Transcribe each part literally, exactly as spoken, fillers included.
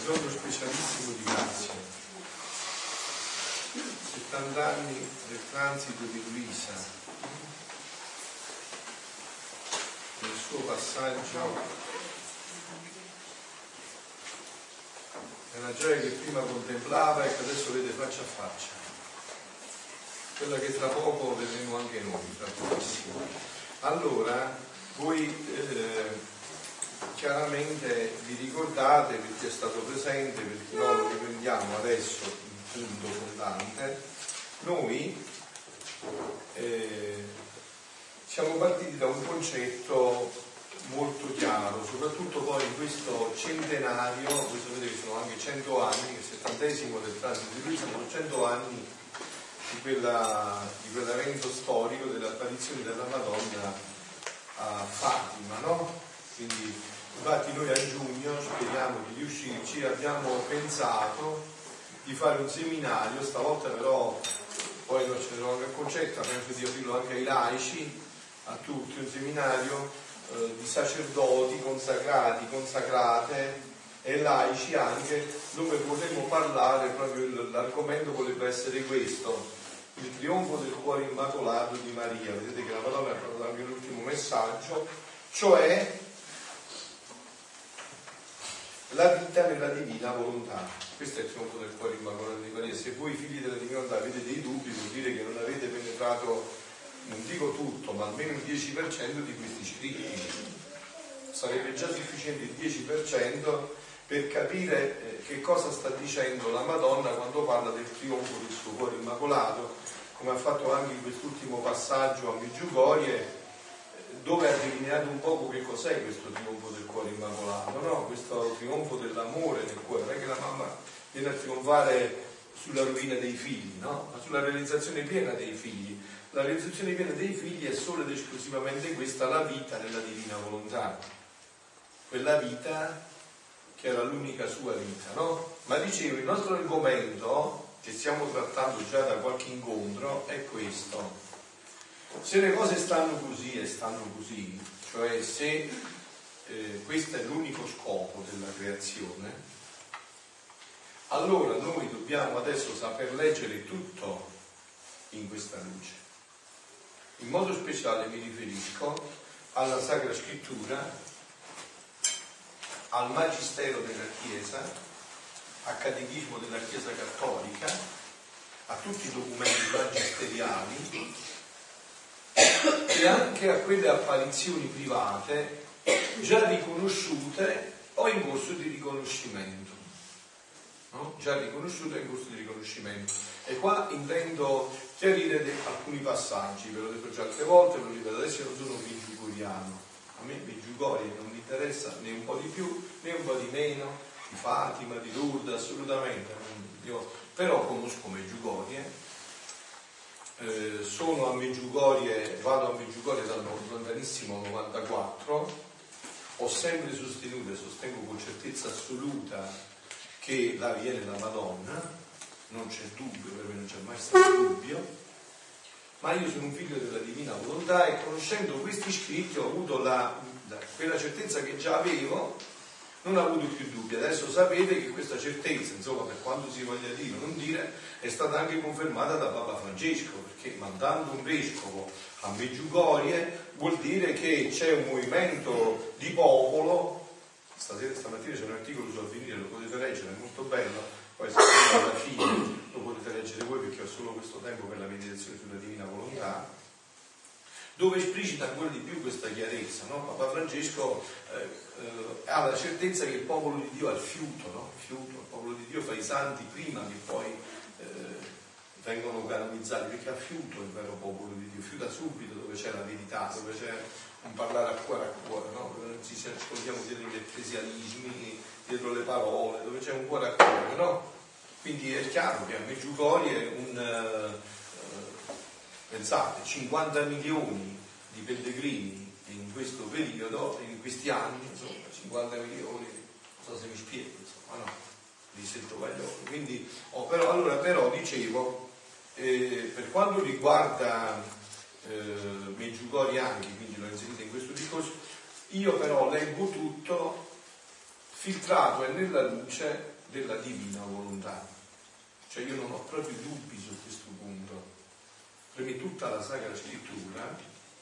giorno specialissimo di grazia, settanta anni del transito di Luisa, nel suo passaggio nella gioia che prima contemplava e che adesso vede faccia a faccia, quella che tra poco vedremo anche noi, tra pochissimo. Allora, voi eh, chiaramente vi ricordate, per chi è stato presente, perché noi lo riprendiamo adesso il punto fondante, noi eh, siamo partiti da un concetto molto chiaro, soprattutto poi in questo centenario, voi sapete che sono anche cento anni, il settantesimo del transito di Luisa, sono cento anni di, quella, di quell'evento storico dell'apparizione della Madonna a Fatima, no? Quindi infatti noi a giugno speriamo di riuscirci, abbiamo pensato di fare un seminario, stavolta però poi non ce ne sono anche a Concetta, penso di aprirlo anche ai laici, a tutti, un seminario eh, di sacerdoti consacrati, consacrate e laici anche, dove potremmo parlare proprio, l'argomento potrebbe essere questo, il trionfo del cuore immacolato di Maria. Vedete che la Madonna ha parlato anche l'ultimo messaggio, cioè la vita nella divina volontà. Questo è il trionfo del cuore immacolato di Maria. Se voi figli della divina volontà avete dei dubbi, vuol dire che non avete penetrato, non dico tutto, ma almeno il dieci per cento di questi scritti. Sarebbe già sufficiente il dieci per cento per capire che cosa sta dicendo la Madonna quando parla del trionfo del suo cuore immacolato, come ha fatto anche in quest'ultimo passaggio a Medjugorje, dove ha delineato un poco che cos'è questo trionfo del cuore immacolato, no? Questo trionfo dell'amore nel cuore. Non è che la mamma viene a trionfare sulla rovina dei figli, no? Ma sulla realizzazione piena dei figli. La realizzazione piena dei figli è solo ed esclusivamente questa, la vita nella divina volontà, quella vita che era l'unica sua vita, no? Ma dicevo, il nostro argomento, che stiamo trattando già da qualche incontro, è questo. Se le cose stanno così e stanno così, cioè se eh, questo è l'unico scopo della creazione, allora noi dobbiamo adesso saper leggere tutto in questa luce. In modo speciale mi riferisco alla Sacra Scrittura, al Magistero della Chiesa, al Catechismo della Chiesa Cattolica, a tutti i documenti magisteriali e anche a quelle apparizioni private già riconosciute o in corso di riconoscimento, no? Già riconosciute o in corso di riconoscimento. E qua intendo chiarire de- alcuni passaggi, ve l'ho detto già altre volte, ve lo ripeto, adesso io non sono medjugorjano, a me Medjugorje non mi interessa né un po' di più né un po' di meno, di Fatima, di Lourdes, assolutamente. Io però conosco Medjugorje. Eh, sono a Medjugorje, vado a Medjugorje dal lontanissimo novantaquattro, ho sempre sostenuto e sostengo con certezza assoluta che là viene la Madonna, non c'è dubbio, per me non c'è mai stato dubbio, ma io sono un figlio della divina volontà e conoscendo questi scritti ho avuto la, la, quella certezza che già avevo, non ho avuto più dubbi. Adesso sapete che questa certezza, insomma, per quanto si voglia dire o non dire, è stata anche confermata da Papa Francesco, perché mandando un vescovo a Medjugorje vuol dire che c'è un movimento di popolo. Stasera, stamattina c'è un articolo su Avvenire, lo potete leggere, è molto bello, poi se alla fine lo potete leggere voi perché ho solo questo tempo per la meditazione sulla divina volontà, dove esplicita ancora di più questa chiarezza, no? Papa Francesco eh, eh, ha la certezza che il popolo di Dio ha il fiuto, no? Il fiuto, il popolo di Dio fa i santi prima che poi eh, vengono canonizzati, perché ha fiuto il vero popolo di Dio, fiuta subito dove c'è la verità, dove c'è un parlare a cuore a cuore, no? Dove non ci ascoltiamo dietro gli ecclesialismi, dietro le parole, dove c'è un cuore a cuore, no? Quindi è chiaro che a Medjugorje un... Eh, pensate, cinquanta milioni di pellegrini in questo periodo, in questi anni, insomma, cinquanta milioni, non so se mi spiego, insomma, no, di settovaglioli. Quindi, oh, però, allora, però, dicevo, eh, per quanto riguarda eh, Medjugorje anche, quindi l'ho inserito in questo discorso, io però leggo tutto filtrato e nella luce della divina volontà. Cioè io non ho proprio dubbi su questo punto. Per me tutta la Sacra Scrittura,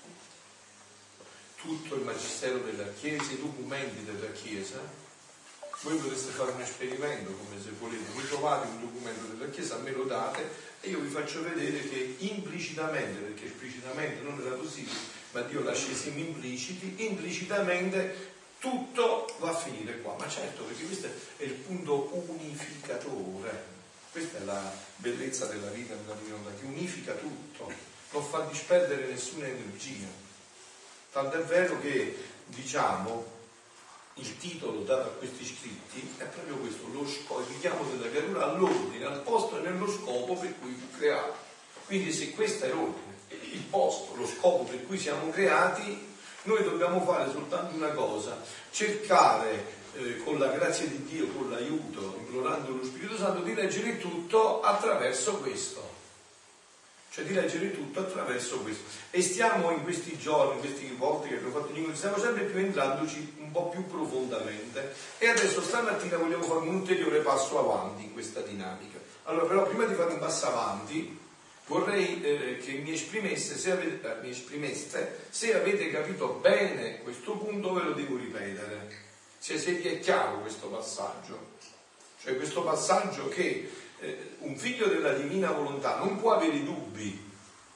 tutto il Magistero della Chiesa, i documenti della Chiesa, voi potreste fare un esperimento, come se volete, voi trovate un documento della Chiesa, me lo date e io vi faccio vedere che implicitamente, perché esplicitamente non era possibile, ma Dio lascia i semi impliciti, implicitamente tutto va a finire qua. Ma certo, perché questo è il punto unificatore. Questa è la bellezza della vita della divinità, che unifica tutto, non fa disperdere nessuna energia. Tant'è vero che, diciamo, il titolo dato a questi scritti è proprio questo, lo scopo, il richiamo della creatura all'ordine, al posto e nello scopo per cui fu creato. Quindi se questo è l'ordine, il posto, lo scopo per cui siamo creati, noi dobbiamo fare soltanto una cosa, cercare eh, con la grazia di Dio, con l'aiuto, implorando lo Spirito Santo, di leggere tutto attraverso questo. Cioè di leggere tutto attraverso questo. E stiamo in questi giorni, in queste volte che abbiamo fatto gli incontri, stiamo sempre più entrandoci un po' più profondamente. E adesso stamattina vogliamo fare un ulteriore passo avanti in questa dinamica. Allora però prima di fare un passo avanti vorrei eh, che mi esprimesse, se avete, eh, mi esprimeste, se avete capito bene questo punto ve lo devo ripetere. Se, se vi è chiaro questo passaggio. Cioè questo passaggio che un figlio della divina volontà non può avere dubbi,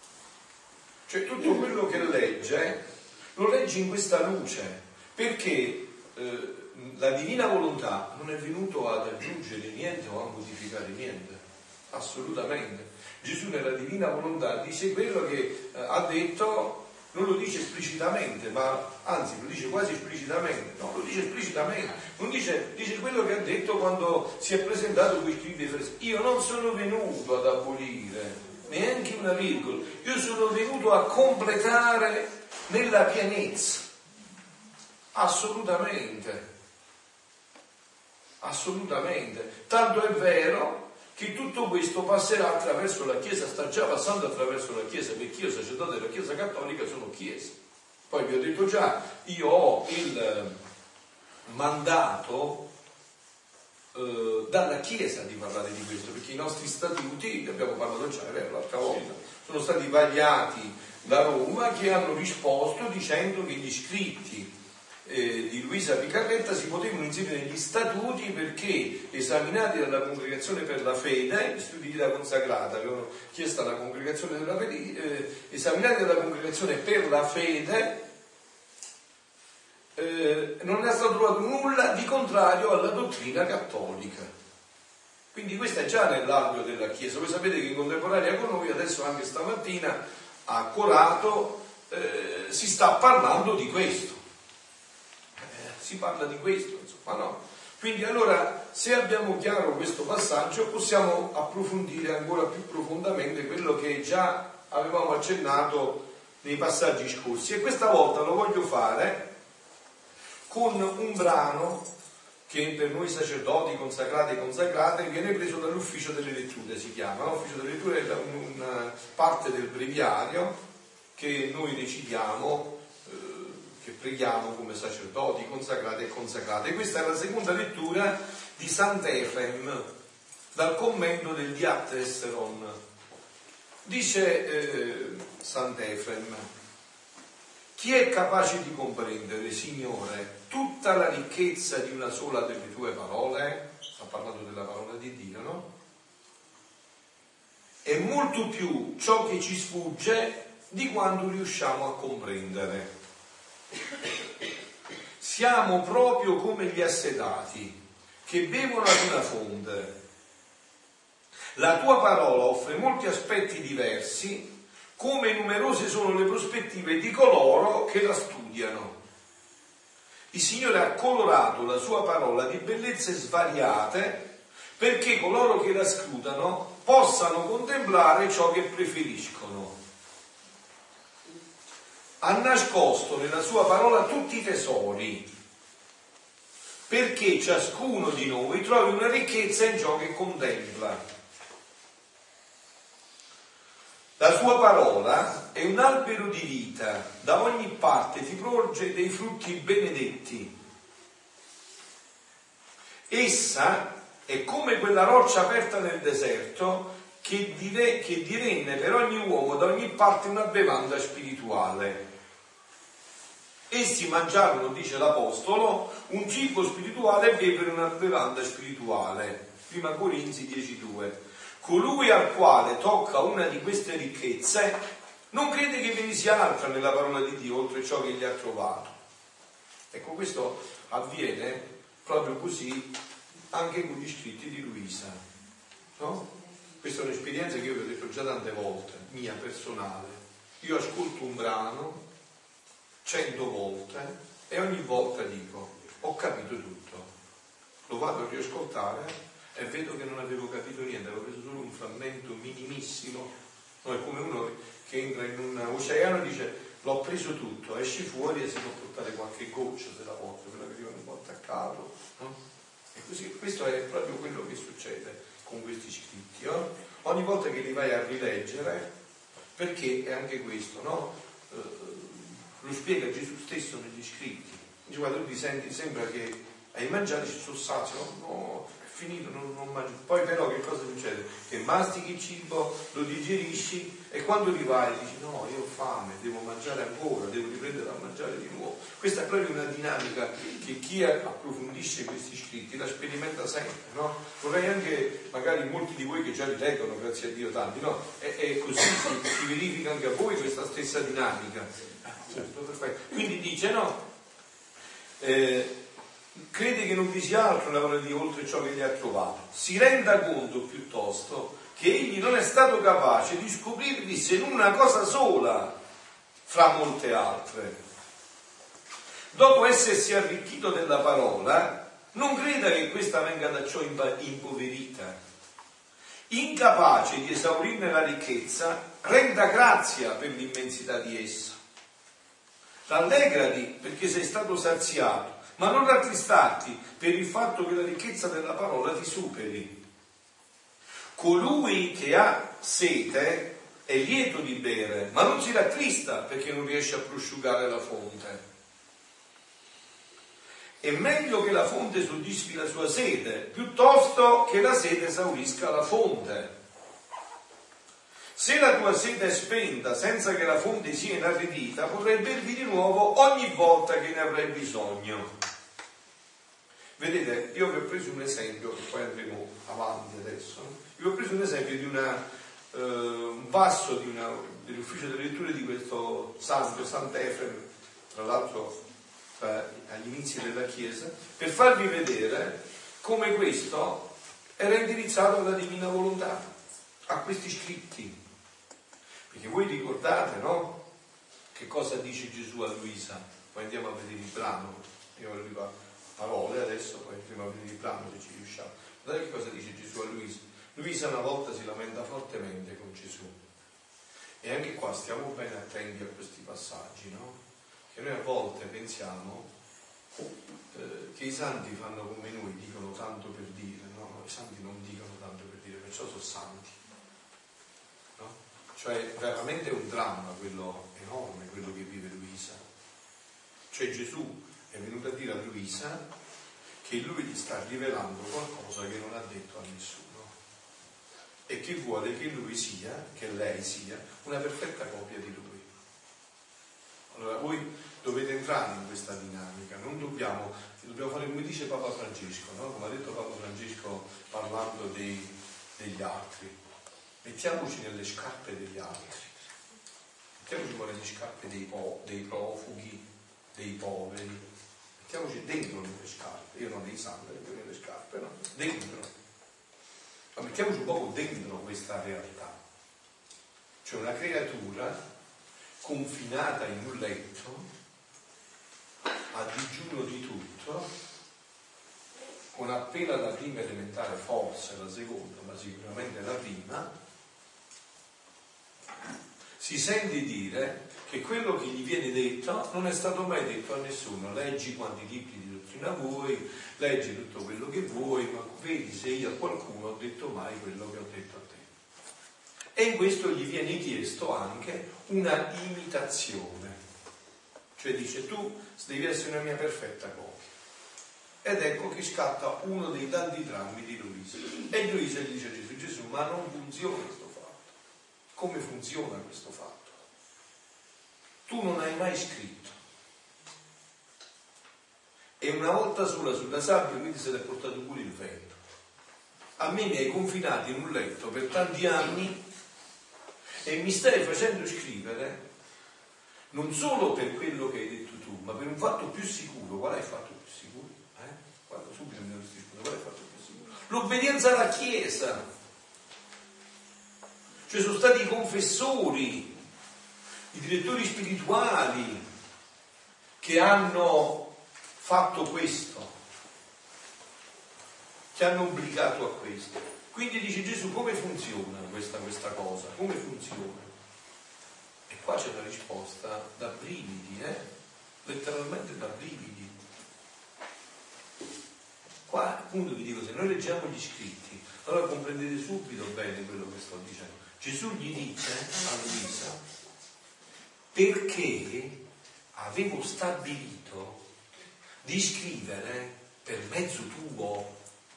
cioè tutto quello che legge lo legge in questa luce, perché eh, la divina volontà non è venuto ad aggiungere niente o a modificare niente, assolutamente. Gesù nella divina volontà dice quello che eh, ha detto, non lo dice esplicitamente, ma anzi lo dice quasi esplicitamente, no, lo dice esplicitamente, non dice, dice quello che ha detto quando si è presentato con i scritti dei Farisei. Io non sono venuto ad abolire neanche una virgola, io sono venuto a completare nella pienezza, assolutamente, assolutamente, tanto è vero che tutto questo passerà attraverso la Chiesa, sta già passando attraverso la Chiesa, perché io, sacerdote della Chiesa Cattolica, sono Chiesa. Poi vi ho detto già, io ho il mandato eh, dalla Chiesa di parlare di questo, perché i nostri statuti, ne abbiamo parlato già, è vero, l'altra volta, sono stati vagliati da Roma, che hanno risposto dicendo che gli scritti Eh, di Luisa Piccarretta si potevano inserire negli statuti perché esaminati dalla Congregazione per la Fede, gli studi di vita consacrata avevano chiesto alla Congregazione della Fede, eh, esaminati dalla Congregazione per la Fede, eh, non è stato trovato nulla di contrario alla dottrina cattolica. Quindi questo è già nell'alveo della Chiesa. Voi sapete che in contemporanea con noi, adesso anche stamattina a Corato, eh, si sta parlando di questo. Si parla di questo, insomma, no? Quindi allora, se abbiamo chiaro questo passaggio, possiamo approfondire ancora più profondamente quello che già avevamo accennato nei passaggi scorsi. E questa volta lo voglio fare con un brano che per noi sacerdoti consacrati e consacrate viene preso dall'ufficio delle letture, si chiama. L'ufficio delle letture è una parte del breviario che noi recitiamo, che preghiamo come sacerdoti consacrati e consacrate. Questa è la seconda lettura di Sant'Efrem dal commento del Diatessaron. Dice eh, Sant'Efrem: chi è capace di comprendere, Signore, tutta la ricchezza di una sola delle tue parole? Sta parlando della parola di Dio, no? E molto più ciò che ci sfugge di quanto riusciamo a comprendere. Siamo proprio come gli assetati che bevono ad una fonte. La tua parola offre molti aspetti diversi, come numerose sono le prospettive di coloro che la studiano. Il Signore ha colorato la sua parola di bellezze svariate perché coloro che la scrutano possano contemplare ciò che preferiscono. Ha nascosto nella sua parola tutti i tesori, perché ciascuno di noi trovi una ricchezza in ciò che contempla. La sua parola è un albero di vita, da ogni parte ti porge dei frutti benedetti. Essa è come quella roccia aperta nel deserto che, dire, che divenne per ogni uomo da ogni parte una bevanda spirituale. Essi mangiarono, dice l'Apostolo, un cibo spirituale e bevvero una bevanda spirituale. Prima Corinzi dieci due. Colui al quale tocca una di queste ricchezze non crede che ve ne sia altra nella parola di Dio oltre ciò che gli ha trovato. Ecco, questo avviene proprio così anche con gli scritti di Luisa, no? Questa è un'esperienza che io vi ho detto già tante volte, mia personale. Io ascolto un brano cento volte e ogni volta dico: ho capito tutto. Lo vado a riascoltare e vedo che non avevo capito niente, avevo preso solo un frammento minimissimo. No, è come uno che entra in un oceano e dice: l'ho preso tutto, esci fuori e si può portare qualche goccia della volta, quella che rimane un po' attaccato, no? E così, questo è proprio quello che succede con questi scritti, no? Ogni volta che li vai a rileggere, perché è anche questo, no? Eh, lo spiega Gesù stesso negli scritti. Dice: guarda, tu ti senti, sembra che hai mangiato, ci sono sazio, no, no, è finito, non, non mangio. Poi però che cosa succede? Che mastichi il cibo, lo digerisci e quando ti vai dici: no, io ho fame, devo mangiare ancora, devo riprendere a mangiare di nuovo. Questa è proprio una dinamica che chi approfondisce questi scritti la sperimenta sempre, no? Vorrei anche, magari molti di voi che già li leggono, grazie a Dio tanti, no? È, è così, si, si verifica anche a voi questa stessa dinamica. Certo, perfetto. Quindi dice, no? Eh, crede che non vi sia altro nella parola di Dio oltre ciò che gli ha trovato. Si renda conto piuttosto che egli non è stato capace di scoprirvi se non una cosa sola fra molte altre. Dopo essersi arricchito della parola, non creda che questa venga da ciò impoverita. Incapace di esaurirne la ricchezza, renda grazia per l'immensità di essa. Rallegrati perché sei stato saziato, ma non rattristarti per il fatto che la ricchezza della parola ti superi. Colui che ha sete è lieto di bere, ma non si rattrista perché non riesce a prosciugare la fonte. È meglio che la fonte soddisfi la sua sete, piuttosto che la sete esaurisca la fonte. Se la tua sete è spenta senza che la fonte sia inaridita, potrai bervi di nuovo ogni volta che ne avrai bisogno. Vedete, io vi ho preso un esempio, che poi andremo avanti adesso. Vi ho preso un esempio di una, eh, un passo di una, dell'ufficio delle letture di questo santo, Sant'Efrem, tra l'altro eh, agli inizi della Chiesa, per farvi vedere come questo era indirizzato alla divina volontà, a questi scritti. Perché voi ricordate, no? Che cosa dice Gesù a Luisa? Poi andiamo a vedere il brano, io ve lo ricordo. Parole adesso, poi prima a vedere il brano se ci riusciamo. Guardate che cosa dice Gesù a Luisa. Luisa una volta si lamenta fortemente con Gesù. E anche qua stiamo bene attenti a questi passaggi, no? Che noi a volte pensiamo eh, che i santi fanno come noi, dicono tanto per dire, no? I santi non dicono tanto per dire, perciò sono santi, no? Cioè veramente è un dramma quello enorme, quello che vive Luisa. Cioè Gesù è venuto a dire a Luisa che lui gli sta rivelando qualcosa che non ha detto a nessuno e che vuole che lui sia, che lei sia, una perfetta copia di lui. Allora voi dovete entrare in questa dinamica, non dobbiamo, dobbiamo fare come dice Papa Francesco, no? Come ha detto Papa Francesco parlando dei, degli altri, mettiamoci nelle scarpe degli altri, mettiamoci nelle scarpe dei, po, dei profughi, dei poveri, mettiamoci dentro nelle scarpe, io non nei sandali, nelle scarpe, no? Dentro. Ma mettiamoci un po' dentro questa realtà. Cioè una creatura confinata in un letto, a digiuno di tutto, con appena la prima elementare, forse la seconda, ma sicuramente la prima, si sente dire che quello che gli viene detto non è stato mai detto a nessuno. Leggi quanti libri di dottrina vuoi, leggi tutto quello che vuoi, ma vedi se io a qualcuno ho detto mai quello che ho detto a te. E in questo gli viene chiesto anche una imitazione. Cioè dice: tu devi essere una mia perfetta copia. ed ecco che scatta uno dei tanti drammi di Luisa. E Luisa gli dice a Gesù: Gesù, ma non funziona questo fatto. Come funziona questo fatto? Tu non hai mai scritto, e una volta sola sulla sabbia, quindi se l'è portato pure il vento. A me mi hai confinato in un letto per tanti anni e mi stai facendo scrivere non solo per quello che hai detto tu, ma per un fatto più sicuro. Qual è il fatto più sicuro? Eh? Guarda, subito mi rispondo, qual è il fatto più sicuro? L'obbedienza alla Chiesa. Cioè sono stati i confessori, i direttori spirituali che hanno fatto questo, che hanno obbligato a questo. Quindi dice Gesù: come funziona questa, questa cosa? Come funziona? E qua c'è una risposta da brividi, eh? Letteralmente da brividi. Qua appunto vi dico, se noi leggiamo gli scritti, allora comprendete subito bene quello che sto dicendo. Gesù gli dice a Luisa: perché avevo stabilito di scrivere per mezzo tuo.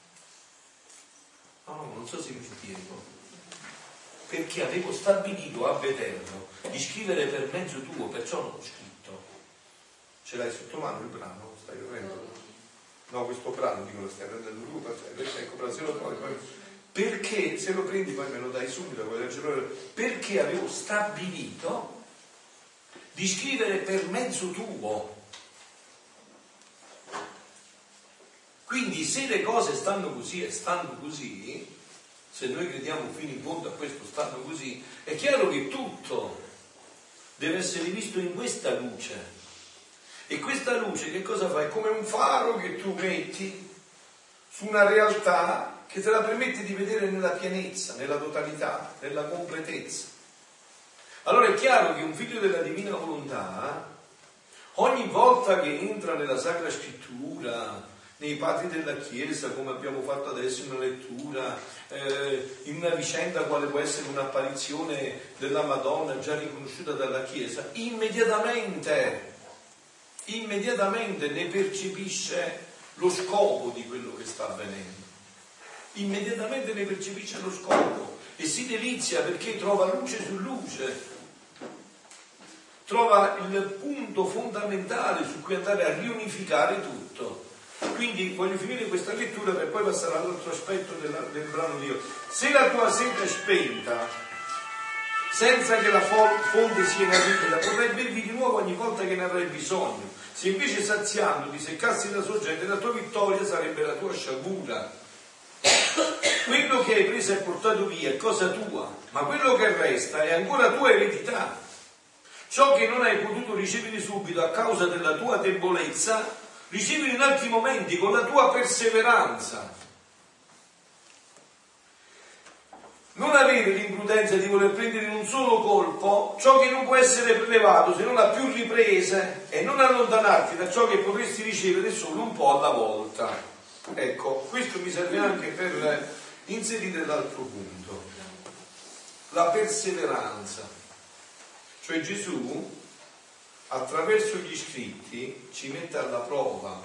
No, non so se mi spiego. Perché avevo stabilito a vederlo di scrivere per mezzo tuo, perciò non ho scritto. Ce l'hai sotto mano il brano? Stai prendendo? No, questo brano, dico, lo stai prendendo tu, ecco, però se lo trovi poi. Perché, se lo prendi poi me lo dai subito, perché avevo stabilito di scrivere per mezzo tuo. Quindi se le cose stanno così e stanno così, se noi crediamo fino in fondo a questo stanno così, è chiaro che tutto deve essere visto in questa luce. E questa luce che cosa fa? È come un faro che tu metti su una realtà che te la permette di vedere nella pienezza, nella totalità, nella completezza. Allora è chiaro che un figlio della divina volontà, ogni volta che entra nella Sacra Scrittura, nei padri della Chiesa, come abbiamo fatto adesso in una lettura, eh, in una vicenda quale può essere un'apparizione della Madonna già riconosciuta dalla Chiesa, immediatamente, immediatamente ne percepisce lo scopo di quello che sta avvenendo. Immediatamente ne percepisce lo scopo e si delizia perché trova luce su luce, trova il punto fondamentale su cui andare a riunificare tutto. Quindi voglio finire questa lettura per poi passare all'altro aspetto del, del brano di Dio. Se la tua sete è spenta, senza che la fonte sia inaridita, potrai bervi di nuovo ogni volta che ne avrai bisogno. Se invece saziando ti seccassi la sorgente, la tua vittoria sarebbe la tua sciagura. Quello che hai preso e portato via è cosa tua, ma quello che resta è ancora tua eredità. Ciò che non hai potuto ricevere subito a causa della tua debolezza, ricevi in altri momenti con la tua perseveranza. Non avere l'imprudenza di voler prendere in un solo colpo ciò che non può essere prelevato se non a più riprese e non allontanarti da ciò che potresti ricevere solo un po' alla volta. Ecco, questo mi serve anche per inserire l'altro punto, la perseveranza. Cioè Gesù attraverso gli scritti ci mette alla prova.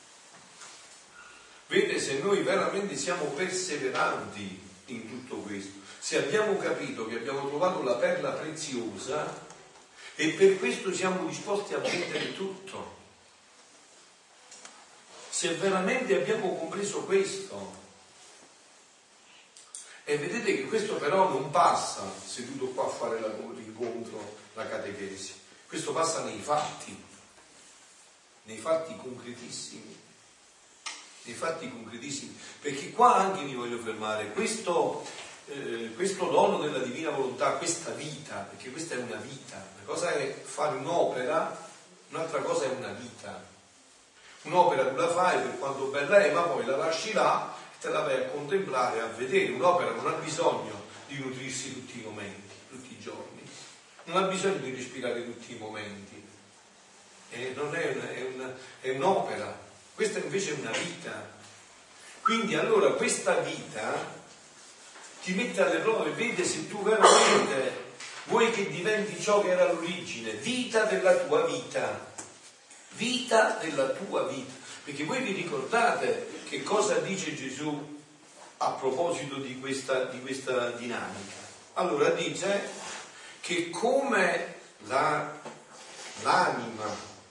Vede se noi veramente siamo perseveranti in tutto questo, se abbiamo capito che abbiamo trovato la perla preziosa e per questo siamo disposti a vendere tutto, se veramente abbiamo compreso questo. E vedete che questo però non passa seduto qua a fare l'incontro, la catechesi. Questo passa nei fatti, nei fatti concretissimi, nei fatti concretissimi, perché qua anche mi voglio fermare, questo, eh, questo dono della divina volontà, questa vita, perché questa è una vita, una cosa è fare un'opera, un'altra cosa è una vita. Un'opera tu la fai per quanto bella è, ma poi la lasci là e te la vai a contemplare, a vedere. Un'opera non ha bisogno di nutrirsi tutti i momenti, tutti i giorni. Non ha bisogno di respirare tutti i momenti, eh, non è, una, è, una, è un'opera, questa invece è una vita. Quindi allora questa vita ti mette alle prove, vede se tu veramente vuoi che diventi ciò che era l'origine, vita della tua vita, vita della tua vita. Perché voi vi ricordate che cosa dice Gesù a proposito di questa, di questa dinamica? Allora dice che come la, l'anima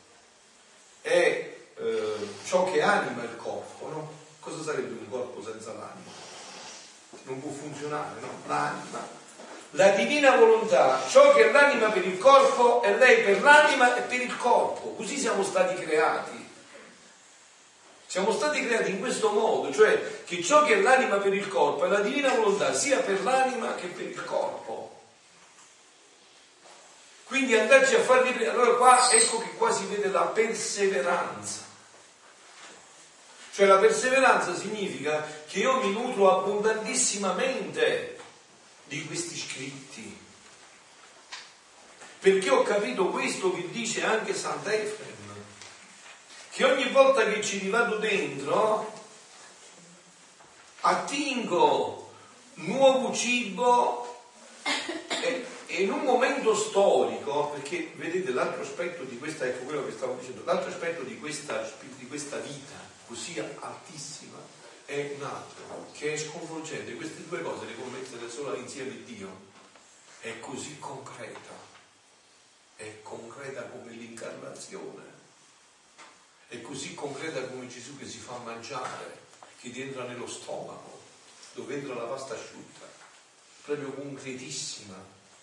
è eh, ciò che anima il corpo, no? Cosa sarebbe un corpo senza l'anima? Non può funzionare, no? L'anima. La divina volontà, ciò che è l'anima per il corpo, è lei per l'anima e per il corpo. Così siamo stati creati. Siamo stati creati in questo modo, cioè che ciò che è l'anima per il corpo è la divina volontà sia per l'anima che per il corpo. Quindi andarci a far riprendere, allora qua ecco che qua si vede la perseveranza. Cioè la perseveranza significa che io mi nutro abbondantissimamente di questi scritti, perché ho capito questo che dice anche Sant'Efrem, che ogni volta che ci rivado dentro attingo nuovo cibo e, e in un momento storico, perché vedete l'altro aspetto di questa, ecco quello che stavo dicendo, l'altro aspetto di questa, di questa vita così altissima è un altro, che è sconvolgente. Queste due cose le può mettere solo insieme Dio. È così concreta, è concreta come l'incarnazione, è così concreta come Gesù che si fa mangiare, che entra nello stomaco, dove entra la pasta asciutta, proprio concretissima.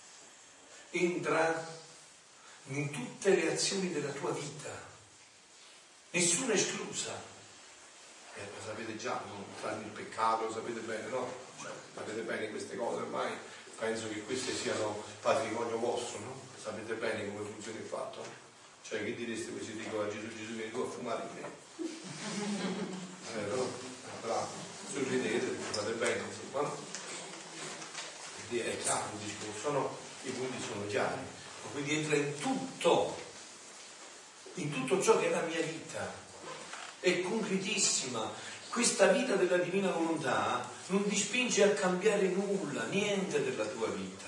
Entra in tutte le azioni della tua vita, nessuna esclusa. Eh, lo sapete già, non tranne il peccato, lo sapete bene, no? Cioè, sapete bene queste cose ormai, penso che queste siano patrimonio vostro, no? Sapete bene come funziona il fatto? Cioè, che direste voi se dico a Gesù, Gesù vieni tu a fumare in me? Eh, no? Bravo, sorridete, fate bene, insomma, no? Quindi è chiaro il discorso, no? I punti sono chiari. Quindi entra in tutto, in tutto ciò che è la mia vita. È concretissima. Questa vita della divina volontà non ti spinge a cambiare nulla, niente della tua vita.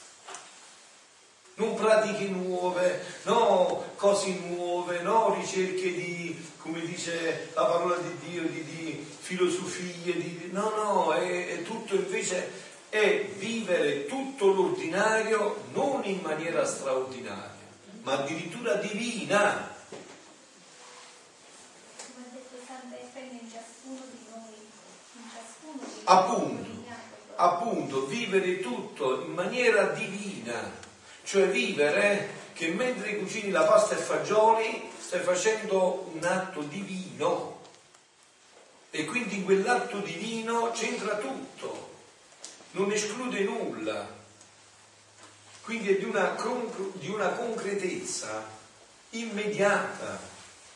Non pratiche nuove, no cose nuove, no ricerche di, come dice la parola di Dio, di, di filosofie, di, no, no, è, è tutto invece, è vivere tutto l'ordinario non in maniera straordinaria, ma addirittura divina. Appunto, appunto, vivere tutto in maniera divina, cioè vivere che mentre cucini la pasta e fagioli stai facendo un atto divino e quindi in quell'atto divino c'entra tutto, non esclude nulla, quindi è di una, di una concretezza immediata,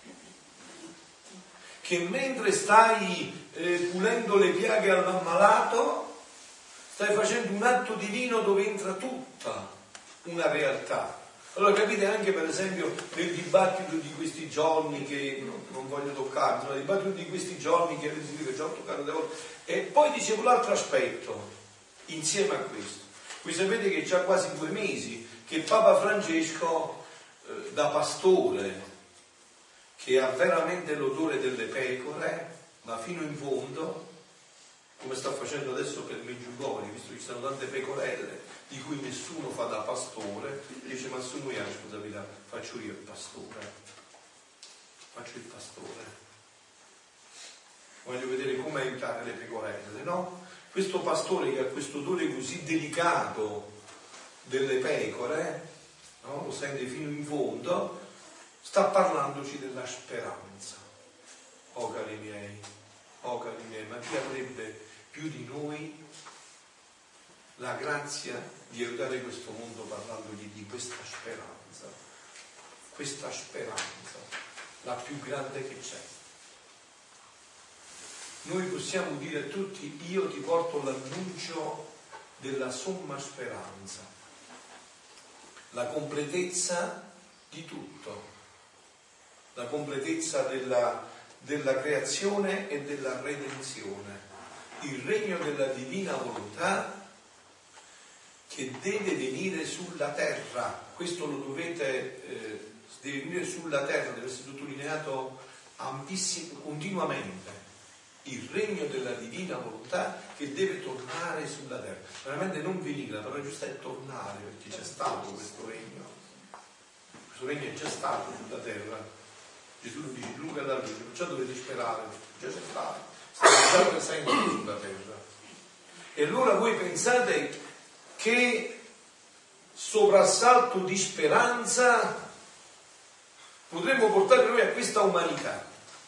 che mentre stai eh, pulendo le piaghe all'ammalato stai facendo un atto divino dove entra tutta una realtà. Allora capite anche per esempio nel dibattito di questi giorni, che non, non voglio toccare, ma il dibattito di questi giorni che avete già toccato delle volte, e poi dicevo l'altro aspetto insieme a questo. Voi sapete che già quasi due mesi che Papa Francesco eh, da pastore, che ha veramente l'odore delle pecore, ma fino in fondo, come sta facendo adesso per Meggiugori, visto che ci sono tante pecorelle di cui nessuno fa da pastore, dice: ma su noi, scusami, faccio io il pastore, faccio il pastore, voglio vedere come aiutare le pecorelle, no? Questo pastore che ha questo odore così delicato delle pecore, no? Lo sente fino in fondo, sta parlandoci della speranza. Oh cari miei, oh cari miei, ma chi avrebbe più di noi la grazia di aiutare questo mondo parlandogli di questa speranza, questa speranza, la più grande che c'è. Noi possiamo dire a tutti: io ti porto l'annuncio della somma speranza, la completezza di tutto, la completezza della, della creazione e della redenzione, il regno della divina volontà che deve venire sulla terra. Questo lo dovete, eh, deve venire sulla terra, deve essere sottolineato ampissimo, continuamente, il regno della divina volontà che deve tornare sulla terra. Veramente non venire, la parola giusta è tornare, perché c'è stato questo regno. Questo regno è già stato sulla terra. Gesù lo dice lunga da lui, perciò dovete sperare, già c'è stato, sta già presente sulla terra. E allora voi pensate che soprassalto di speranza potremmo portare noi a questa umanità,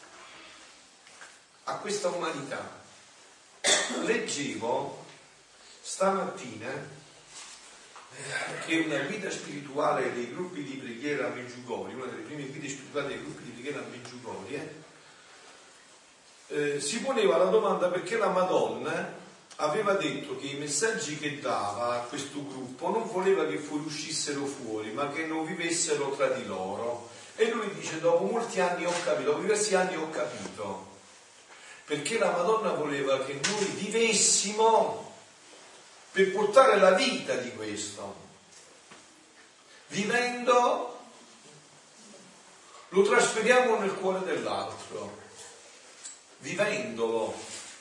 a questa umanità. Leggevo stamattina che una guida spirituale dei gruppi di preghiera a Medjugorje, una delle prime guide spirituali dei gruppi di preghiera a Medjugorje, eh, si poneva la domanda perché la Madonna aveva detto che i messaggi che dava a questo gruppo non voleva che fuoriuscissero fuori, ma che non vivessero tra di loro. E lui dice: dopo molti anni ho capito, dopo diversi anni ho capito, perché la Madonna voleva che noi vivessimo per portare la vita di questo. Vivendo lo trasferiamo nel cuore dell'altro, vivendolo,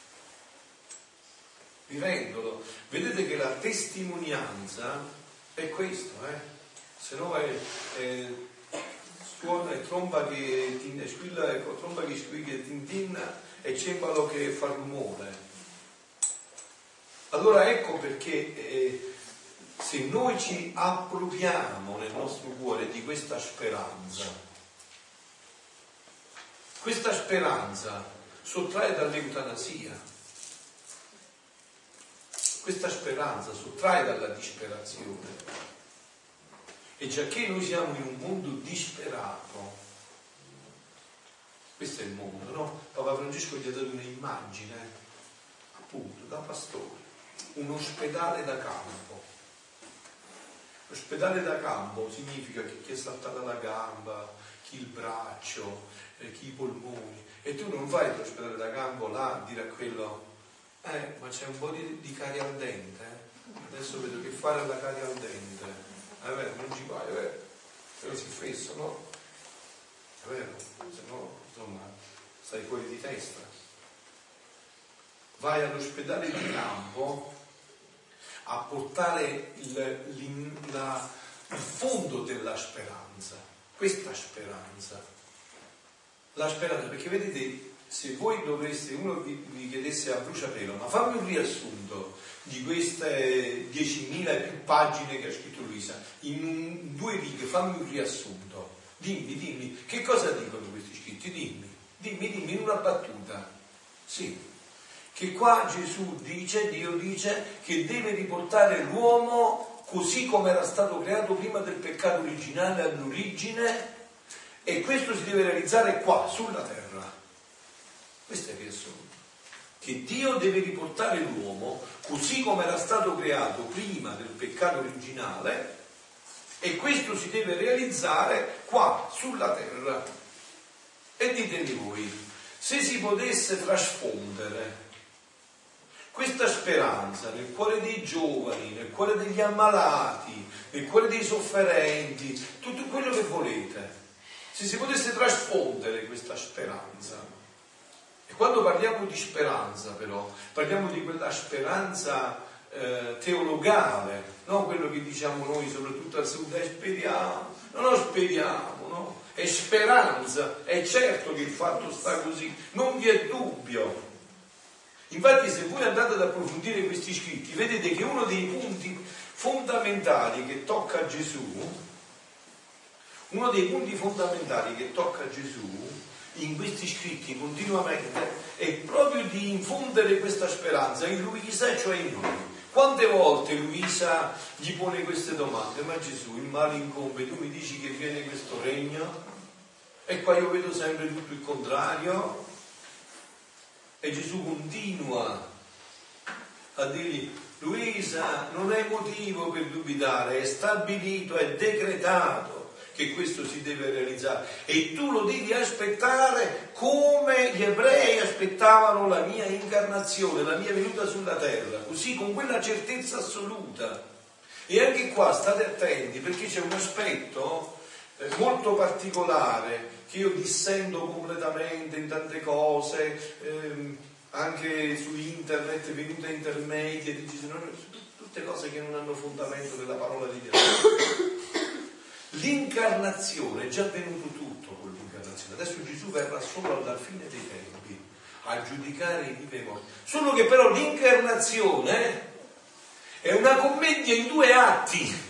vivendolo. Vedete che la testimonianza è questo, eh? Se no è, è suona e tromba che tin, squilla, ecco, tromba che squilla e tintinna e cembalo che fa rumore. Allora ecco perché eh, se noi ci appropriamo nel nostro cuore di questa speranza, questa speranza sottrae dall'eutanasia, questa speranza sottrae dalla disperazione. E giacché noi siamo in un mondo disperato, questo è il mondo, no? Papa Francesco gli ha dato un'immagine, appunto, da pastore. Un ospedale da campo. L'ospedale da campo significa che chi è saltata la gamba, chi il braccio, eh, chi i polmoni. E tu non vai all'ospedale da campo là a dire a quello: eh, ma c'è un po' di, di carie al dente, eh? Adesso vedo che fare alla carie al dente. È vero, non ci vai, è vero? Se lo si fesso, no? È vero? Se no, insomma, stai fuori di testa. Vai all'ospedale di campo a portare il, la, il fondo della speranza, questa speranza, la speranza, perché vedete, se voi dovreste, uno vi, vi chiedesse a bruciapelo, ma fammi un riassunto di queste diecimila e più pagine che ha scritto Luisa, in un, due righe, fammi un riassunto, dimmi, dimmi, che cosa dicono questi scritti, dimmi, dimmi, dimmi in una battuta, sì. Che qua Gesù dice, Dio dice, che deve riportare l'uomo così come era stato creato prima del peccato originale all'origine, e questo si deve realizzare qua, sulla terra. Questo è il riassunto. Che Dio deve riportare l'uomo così come era stato creato prima del peccato originale, e questo si deve realizzare qua, sulla terra. E ditemi voi, se si potesse trasfondere questa speranza nel cuore dei giovani, nel cuore degli ammalati, nel cuore dei sofferenti, tutto quello che volete, se si potesse trasfondere questa speranza. E quando parliamo di speranza, però, parliamo di quella speranza eh, teologale, non quello che diciamo noi, soprattutto al sud, eh, speriamo, no, no, speriamo, no? È speranza, è certo che il fatto sta così, non vi è dubbio. Infatti, se voi andate ad approfondire questi scritti, vedete che uno dei punti fondamentali che tocca Gesù, uno dei punti fondamentali che tocca Gesù in questi scritti continuamente è proprio di infondere questa speranza in Luisa, cioè in noi. Quante volte Luisa gli pone queste domande? Ma Gesù, il male incombe, tu mi dici che viene questo regno? E qua io vedo sempre tutto il contrario. E Gesù continua a dirgli: Luisa, non hai motivo per dubitare, è stabilito, è decretato che questo si deve realizzare, e tu lo devi aspettare come gli ebrei aspettavano la mia incarnazione, la mia venuta sulla terra, così, con quella certezza assoluta. E anche qua state attenti, perché c'è un aspetto molto particolare, che io dissento completamente in tante cose, ehm, anche su internet, venute intermedie, tutte cose che non hanno fondamento nella parola di Dio. L'incarnazione è già avvenuto tutto con l'incarnazione. Adesso Gesù verrà solo alla fine dei tempi a giudicare i vivi e i morti. Solo che però l'incarnazione è una commedia in due atti.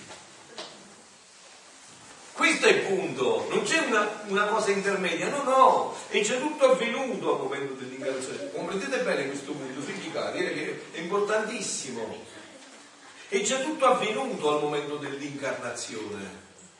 Questo è il punto, non c'è una, una cosa intermedia, no, no, è già tutto avvenuto al momento dell'incarnazione. Comprendete bene questo punto, figli cari, eh, che è importantissimo. È già tutto avvenuto al momento dell'incarnazione.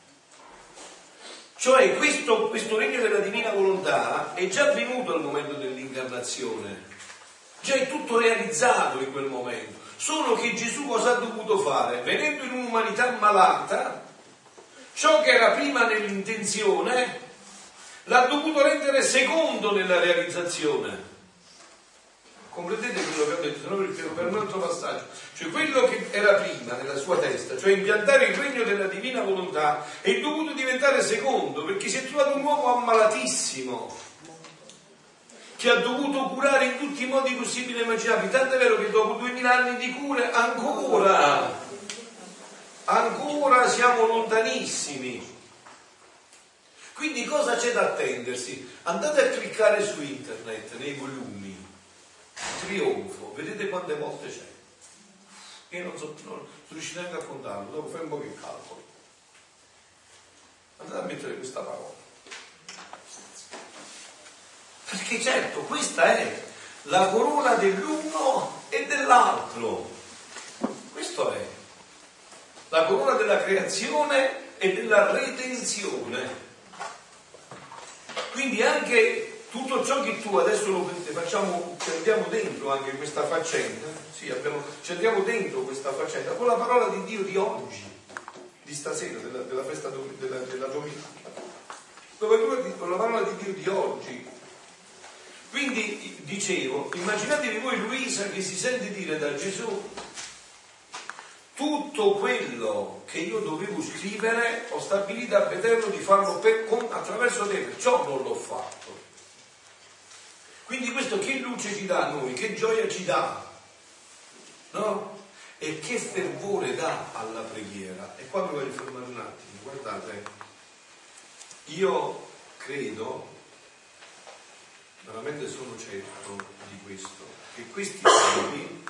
Cioè questo, questo regno della divina volontà è già avvenuto al momento dell'incarnazione, già è tutto realizzato in quel momento. Solo che Gesù cosa ha dovuto fare? Venendo in un'umanità malata, ciò che era prima nell'intenzione l'ha dovuto rendere secondo nella realizzazione. Comprendete quello che ho detto? No, per, per un altro passaggio. Cioè quello che era prima nella sua testa, cioè impiantare il regno della divina volontà, è dovuto diventare secondo, perché si è trovato un uomo ammalatissimo che ha dovuto curare in tutti i modi possibili e immaginabili. Tanto è vero che dopo duemila anni di cure ancora ancora siamo lontanissimi. Quindi cosa c'è da attendersi? Andate a cliccare su internet nei volumi Trionfo, vedete quante volte c'è. Io non so, non riuscite neanche a contarlo, dopo fai un po' che calcolo. Andate a mettere questa parola, perché certo questa è la corona dell'uno e dell'altro. Questo è la corona della creazione e della redenzione. Quindi anche tutto ciò che tu adesso lo facciamo, ci andiamo dentro anche in questa faccenda, sì, abbiamo, ci andiamo dentro questa faccenda con la parola di Dio di oggi, di stasera, della, della festa della, della domenica, con la parola di Dio di oggi. Quindi dicevo, immaginatevi voi Luisa che si sente dire da Gesù: tutto quello che io dovevo scrivere ho stabilito a vederlo di farlo per, con, attraverso te, perciò non l'ho fatto. Quindi questo che luce ci dà a noi, che gioia ci dà, no? E che fervore dà alla preghiera. E qua mi voglio fermare un attimo. Guardate, io credo, veramente sono certo di questo, che questi tempi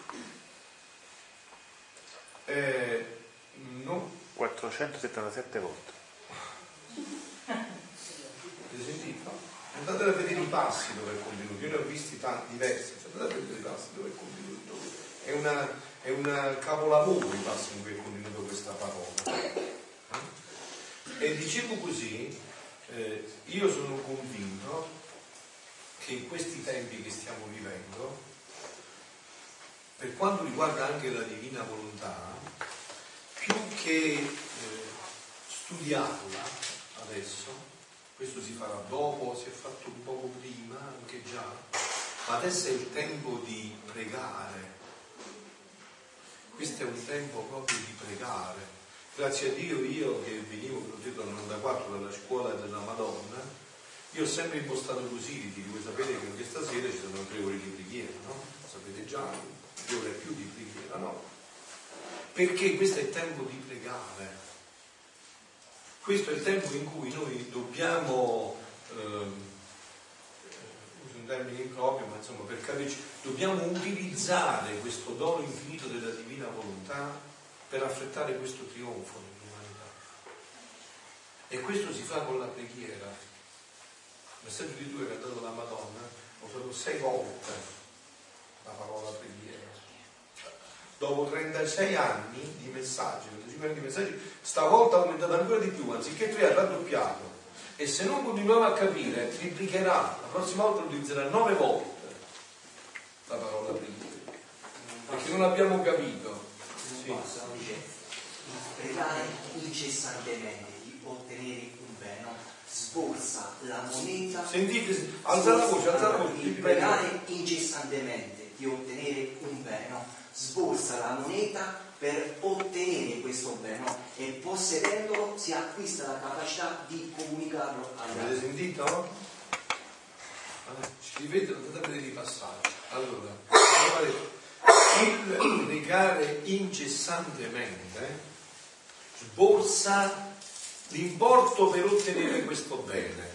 eh, no, quattrocentosettantasette volte. Avete sentito? Andate a vedere i passi dove è contenuto, io ne ho visti tanti diversi, andate a vedere i passi dove è contenuto. È una, è un capolavoro i passi in cui è contenuto questa parola. E dicevo così, eh, io sono convinto che in questi tempi che stiamo vivendo, per quanto riguarda anche la divina volontà, più che eh, studiarla adesso, questo si farà dopo, si è fatto un poco prima, anche già, ma adesso è il tempo di pregare. Questo è un tempo proprio di pregare. Grazie a Dio, io che venivo, come ho detto, nel novantaquattro dalla scuola della Madonna, io ho sempre impostato così, ritiri. Voi sapete che anche stasera ci sono tre ore di preghiera, no? Sapete già, tre ore più di preghiera, no? Perché questo è il tempo di pregare. Questo è il tempo in cui noi dobbiamo, ehm, uso un termine improprio, ma insomma per capirci, dobbiamo utilizzare questo dono infinito della divina volontà per affrettare questo trionfo nell'umanità. E questo si fa con la preghiera. Il messaggio di due che ha dato la Madonna, ho usato sei volte la parola preghiera. Dopo trentasei anni di messaggi, trentascinque anni di messaggi, stavolta è aumentato ancora di più, anziché tre ha raddoppiato. E se non continuiamo a capire, triplicherà, la prossima volta utilizzerà nove volte la parola preghiera. Perché non abbiamo capito. Sì. Dice, pregare incessantemente di ottenere un bene, sborsa la moneta. Sentite, alza la voce, alza la voce. Di pregare incessantemente di ottenere un bene, sborsa la moneta per ottenere questo bene, no? E possedendolo si acquista la capacità di comunicarlo agli altri. Avete sentito? Allora, ci ripeto, andate a vedere i passaggi. Allora, il legare incessantemente sborsa l'importo per ottenere questo bene.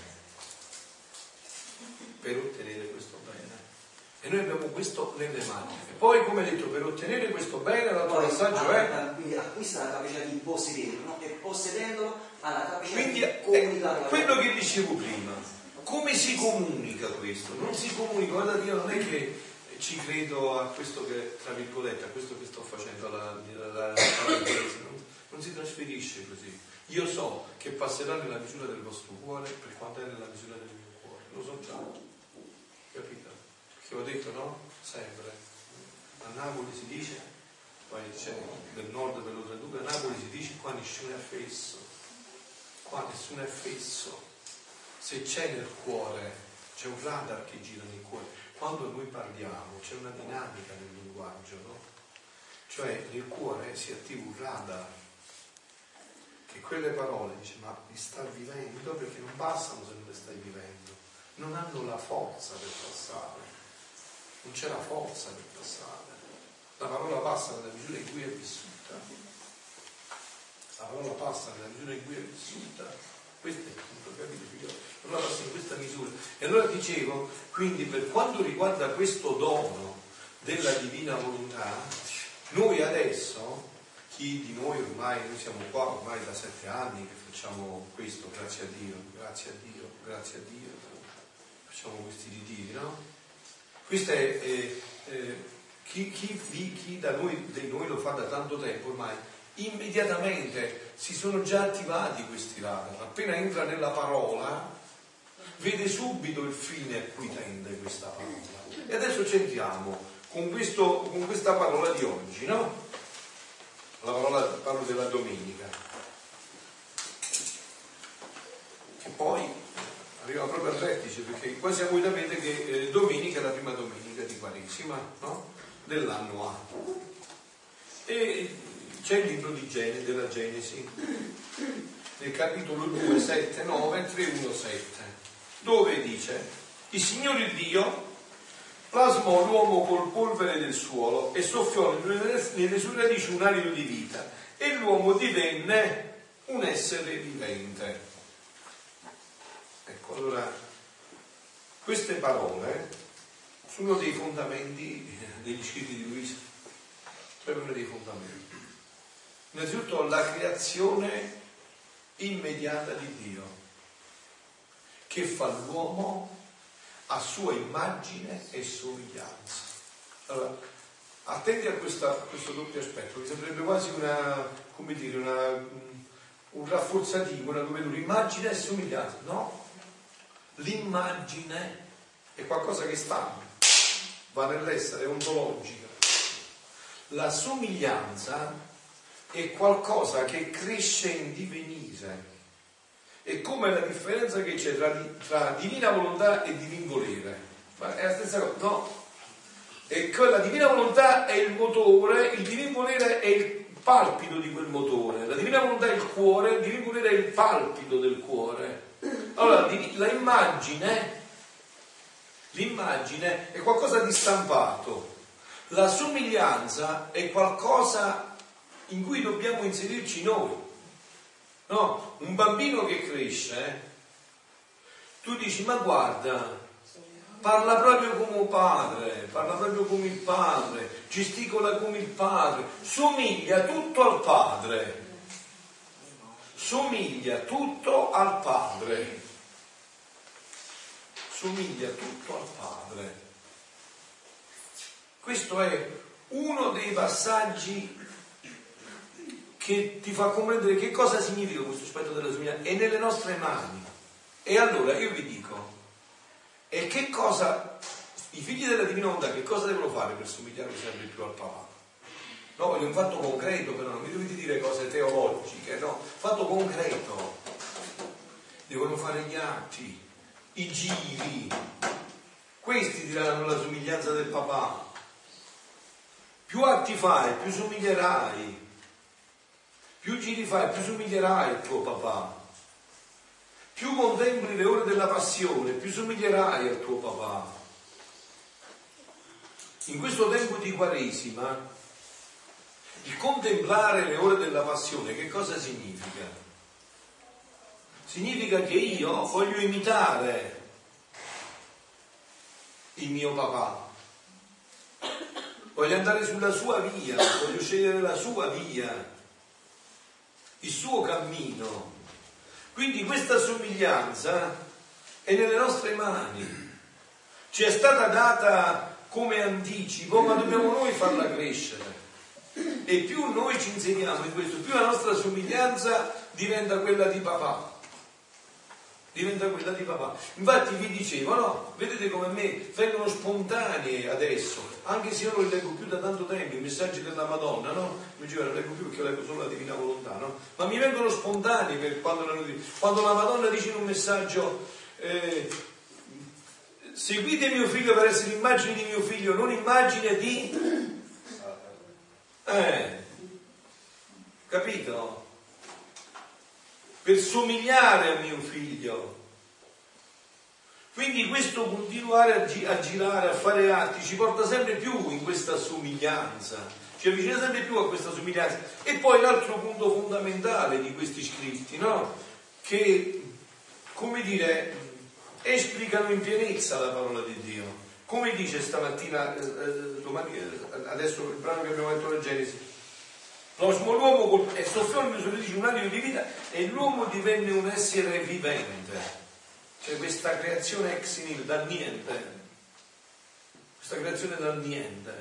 Per ottenere questo bene. E noi abbiamo questo nelle mani. E poi, come detto, per ottenere questo bene, l'altro passaggio è... Quindi acquista la capacità di possederlo, no? E possedendolo ha la capacità Quindi, di comunicare. È quello che dicevo prima. Come si comunica questo? Non si comunica, guarda, io non è che ci credo a questo che, tra virgolette, a questo che sto facendo la, la, la, la non, non si trasferisce così. Io so che passerà nella misura del vostro cuore per quanto è nella misura del mio cuore, lo so già, capito? Perché ho detto, no? Sempre. A Napoli si dice, poi c'è del nord ve lo traduco, a Napoli si dice qua nessuno è fesso, qua nessuno è fesso. Se c'è nel cuore, c'è un radar che gira nel cuore. Quando noi parliamo c'è una dinamica nel linguaggio, no? Cioè nel cuore si attiva un radar che quelle parole dice ma li sta vivendo, perché non passano se non le stai vivendo, non hanno la forza per passare, non c'è la forza per passare. La parola passa nella misura in cui è vissuta, la parola passa nella misura in cui è vissuta. Questo è il punto, capito figlio? Allora passa in questa misura. E allora dicevo, quindi per quanto riguarda questo dono della divina volontà, noi adesso, chi di noi ormai, noi siamo qua ormai da sette anni che facciamo questo, grazie a Dio, grazie a Dio, grazie a Dio, facciamo questi ritiri, no? Questo è, eh, eh, chi, chi, chi, chi da noi, di noi lo fa da tanto tempo ormai, immediatamente si sono già attivati questi radar. Appena entra nella parola vede subito il fine a cui tende questa parola. E adesso centriamo con, questo, con questa parola di oggi, no? La parola parlo della domenica, che poi arriva proprio al vertice, perché qua siamo sapete che eh, domenica è la prima domenica di Quaresima, no? Dell'anno A. E c'è il libro di Genesi, della Genesi, nel capitolo due, sette, nove, tre, uno, sette, dove dice: il Signore Dio plasmò l'uomo col polvere del suolo e soffiò nelle sue radici un alito di vita, e l'uomo divenne un essere vivente. Ecco, allora, queste parole sono dei fondamenti degli scritti di Luisa, cioè uno dei fondamenti. Innanzitutto la creazione immediata di Dio, che fa l'uomo a sua immagine e somiglianza. Allora, attenti a, questa, a questo doppio aspetto, mi sembrerebbe quasi una, come dire, una, un rafforzativo, una dove l'immagine e somiglianza. No, l'immagine è qualcosa che sta, va nell'essere, è ontologica. La somiglianza è qualcosa che cresce in divenire. È come la differenza che c'è tra, tra divina volontà e divin volere. Ma è la stessa cosa, no? E la divina volontà è il motore, il divin volere è il palpito di quel motore. La divina volontà è il cuore, il divin volere è il palpito del cuore. Allora, la immagine, l'immagine è qualcosa di stampato. La somiglianza è qualcosa in cui dobbiamo inserirci noi. No, un bambino che cresce, eh, tu dici, ma guarda, parla proprio come un padre, parla proprio come il padre, gesticola come il padre, somiglia tutto al padre, somiglia tutto al padre, somiglia tutto al padre. Questo è uno dei passaggi che ti fa comprendere che cosa significa questo aspetto della somiglianza. È nelle nostre mani. E allora io vi dico, e che cosa i figli della divina volontà che cosa devono fare per somigliare sempre più al papà? No, voglio un fatto concreto, però non mi dovete dire cose teologiche, no, fatto concreto. Devono fare gli atti, i giri, questi diranno la somiglianza del papà. Più Più atti fai, più somiglierai. Più giri fai, più somiglierai al tuo papà. Più contempli le ore della passione, più somiglierai al tuo papà. In questo tempo di Quaresima, il contemplare le ore della passione, che cosa significa? Significa che io voglio imitare il mio papà. Voglio andare sulla sua via, voglio scegliere la sua via, il suo cammino. Quindi questa somiglianza è nelle nostre mani, ci è stata data come anticipo, ma dobbiamo noi farla crescere. E più noi ci insegniamo in questo, più la nostra somiglianza diventa quella di papà. Diventa quella di papà. Infatti vi dicevo, no? Vedete come a me vengono spontanei adesso, anche se io non li leggo più da tanto tempo, i messaggi della Madonna, no? Mi dicevo, non leggo più perché io leggo solo la Divina Volontà, no? Ma mi vengono spontanei per quando, quando la Madonna dice in un messaggio eh, seguite mio figlio per essere immagine di mio figlio, non immagine di... Eh, capito? Per somigliare a mio figlio. Quindi questo continuare a, gi- a girare, a fare atti, ci porta sempre più in questa somiglianza, ci avvicina sempre più a questa somiglianza. E poi l'altro punto fondamentale di questi scritti, no? Che, come dire, esplicano in pienezza la parola di Dio. Come dice stamattina, eh, domani, eh, adesso il brano che abbiamo letto nella Genesi, L'osmo l'uomo e soffiò il misura dice un animo di vita e l'uomo divenne un essere vivente. Cioè questa creazione ex nihilo, dal niente. Questa creazione dal niente.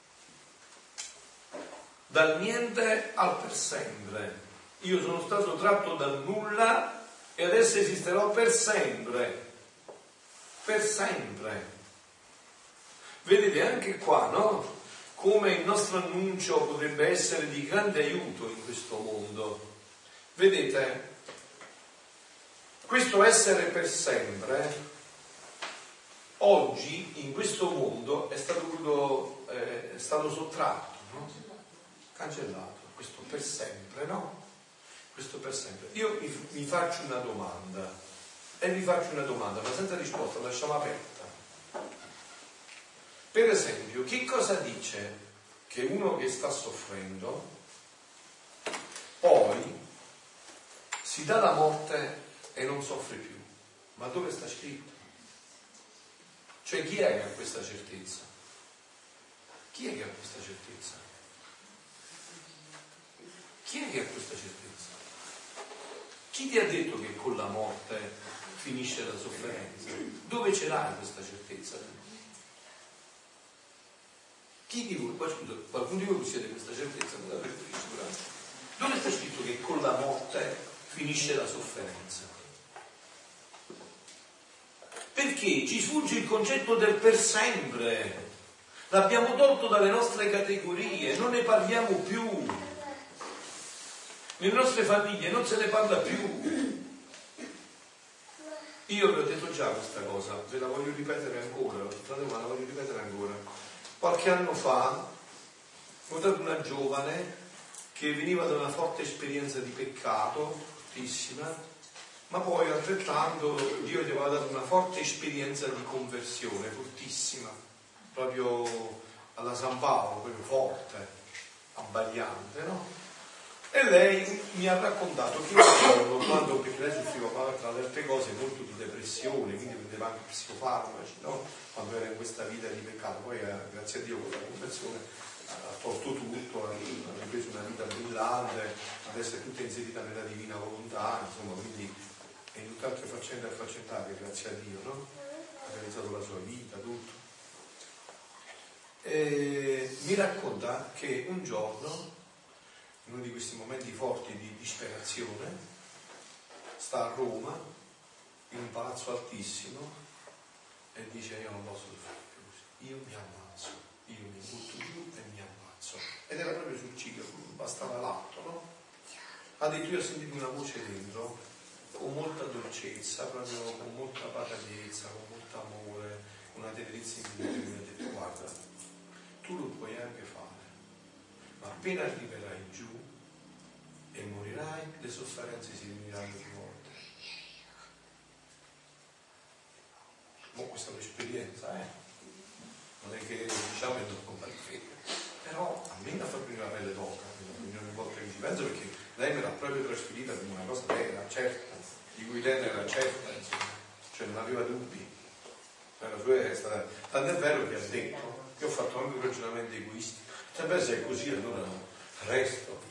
Dal niente al per sempre. Io sono stato tratto dal nulla e adesso esisterò per sempre. Per sempre. Vedete anche qua, no? Come il nostro annuncio potrebbe essere di grande aiuto in questo mondo. Vedete, questo essere per sempre, oggi in questo mondo è stato, voluto, eh, è stato sottratto, no? Cancellato, questo per sempre, no? Questo per sempre. Io mi, mi faccio una domanda, e vi faccio una domanda, ma senza risposta, lasciamo aperta. Per esempio, che cosa dice che uno che sta soffrendo poi si dà la morte e non soffre più? Ma dove sta scritto? Cioè chi è che ha questa certezza? Chi è che ha questa certezza? Chi è che ha questa certezza? Chi ti ha detto che con la morte finisce la sofferenza? Dove ce l'hai questa certezza? Chi di voi, scusa, qualcuno di voi possiede questa certezza? Dove sta scritto che con la morte finisce la sofferenza? Perché ci sfugge il concetto del per sempre. L'abbiamo tolto dalle nostre categorie, non ne parliamo più. Nelle nostre famiglie non se ne parla più. Io vi ho detto già questa cosa, ve la voglio ripetere ancora, ma la voglio ripetere ancora. Qualche anno fa ho notato una giovane che veniva da una forte esperienza di peccato, fortissima, ma poi altrettanto Dio gli aveva dato una forte esperienza di conversione, fortissima, proprio alla San Paolo, proprio forte, abbagliante, no? E lei mi ha raccontato che un giorno, quando, perché lei soffriva tra le altre cose molto di depressione, quindi prendeva anche psicofarmaci, no? Quando era in questa vita di peccato, poi eh, grazie a Dio con la conversione ha tolto tutto, ha ripreso una vita brillante, adesso è tutta inserita nella divina volontà, insomma, quindi è in tutt'altre faccende affaccentate, grazie a Dio, no? Ha realizzato la sua vita, tutto. E mi racconta che un giorno, in uno di questi momenti forti di disperazione, sta a Roma in un palazzo altissimo e dice io non posso fare più così, io mi ammazzo, io mi butto giù e mi ammazzo. Ed era proprio sul ciglio, bastava l'atto, no? Ha detto io ho sentito una voce dentro con molta dolcezza, proprio con molta patatezza, con molto amore, una tenerezza infinita, che mi ha detto guarda, tu lo puoi anche fare, ma appena arriverai giù e morirai, le sofferenze si riuniranno di volte. Ma questa è un'esperienza, eh? Non è che diciamo è normale, però a me la fa prima la pelle d'oca ogni volta che ci penso, perché lei me l'ha proprio trasferita come una cosa vera, certa, di cui lei era certa, insomma, cioè non aveva dubbi. La sua è stata, tanto è vero che ha detto che ho fatto anche ragionamenti egoisti. Sempre se è così allora resto,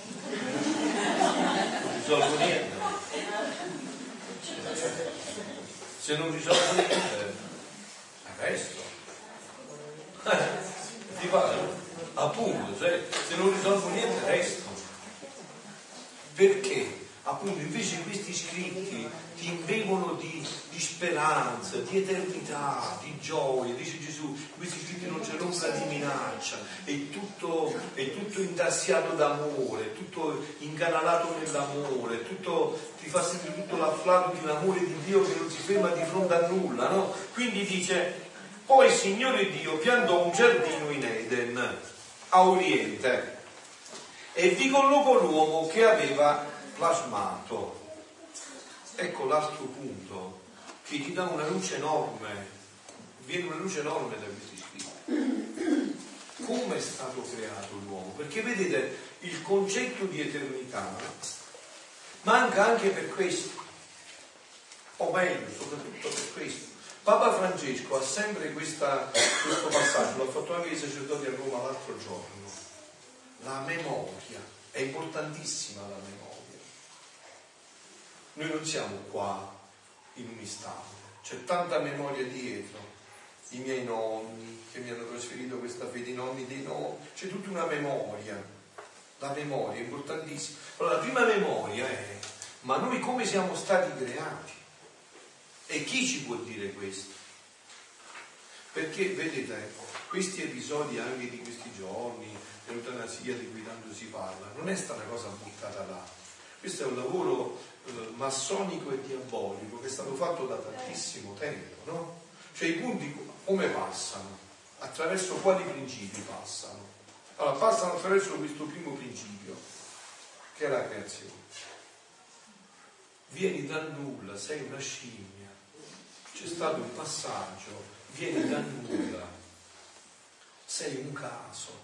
non risolvo niente, se non risolvo niente resto, ti pare? Appunto, cioè, se non risolvo niente resto. Perché? Appunto, invece questi scritti ti imbevono di, di speranza, di eternità, di gioia. Dice Gesù, questi scritti non c'è l'ombra di minaccia, è tutto, è tutto intarsiato d'amore, tutto incanalato nell'amore, tutto, ti fa sentire tutto l'afflato di un amore di Dio che non si ferma di fronte a nulla, no? Quindi dice, poi il Signore Dio piantò un giardino in Eden, a oriente, e vi collocò l'uomo che aveva plasmato. Ecco l'altro punto che ti dà una luce enorme, viene una luce enorme da questi scritti. Come è stato creato l'uomo? Perché vedete, il concetto di eternità manca anche per questo, o meglio, soprattutto per questo. Papa Francesco ha sempre questa, questo passaggio, l'ha fatto anche i sacerdoti a Roma l'altro giorno. La memoria, è importantissima la memoria. Noi non siamo qua in un istante, c'è tanta memoria dietro, i miei nonni che mi hanno trasferito questa fede, i nonni dei nonni, c'è tutta una memoria, la memoria è importantissima. Allora la prima memoria è, ma noi come siamo stati creati? E chi ci può dire questo? Perché vedete, questi episodi anche di questi giorni, l'eutanasia di cui tanto si parla, non è stata una cosa buttata là. Questo è un lavoro eh, massonico e diabolico che è stato fatto da tantissimo tempo, no? Cioè i punti come passano? Attraverso quali principi passano? Allora, passano attraverso questo primo principio, che è la creazione. Vieni dal nulla, sei una scimmia. C'è stato un passaggio, vieni dal nulla, sei un caso,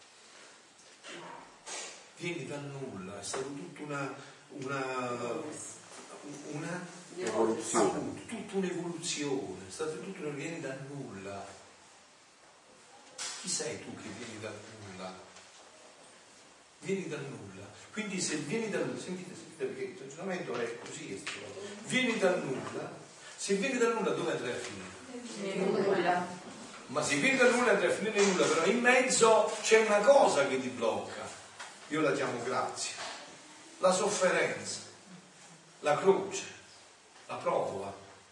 vieni dal nulla, è stata tutta una, una, una evoluzione, appunto, tutta un'evoluzione, è stata tutta una, vieni dal nulla. Chi sei tu che vieni dal nulla? Vieni dal nulla. Quindi se vieni dal nulla, sentite, sentite perché il ragionamento è così, è vieni dal nulla. Se vieni da nulla dove andrai a finire? Nulla. Ma se vieni da nulla andrai a finire in nulla, però in mezzo c'è una cosa che ti blocca. Io la chiamo grazia. La sofferenza, la croce, la prova.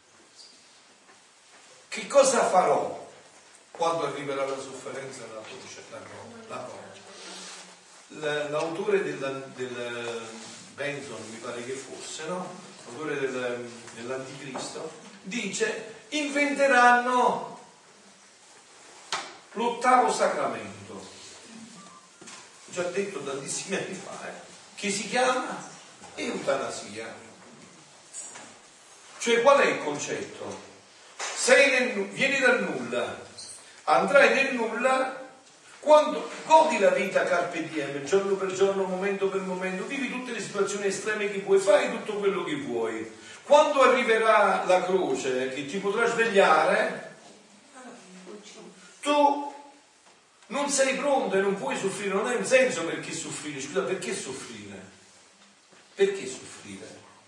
Che cosa farò quando arriverà la sofferenza e la croce? La prova. La prova. L'autore del, del Benson, mi pare che fosse, no? L'autore del, dell'Anticristo, dice inventeranno l'ottavo sacramento, ho già detto tantissimi anni fa, eh, che si chiama eutanasia. Cioè qual è il concetto? Sei nel, vieni dal nulla, andrai nel nulla. Quando godi la vita carpe diem, giorno per giorno, momento per momento, vivi tutte le situazioni estreme che puoi, fai tutto quello che vuoi. Quando arriverà la croce che ti potrà svegliare, tu non sei pronto e non puoi soffrire, non hai un senso perché soffrire. Scusa, perché soffrire? Perché soffrire?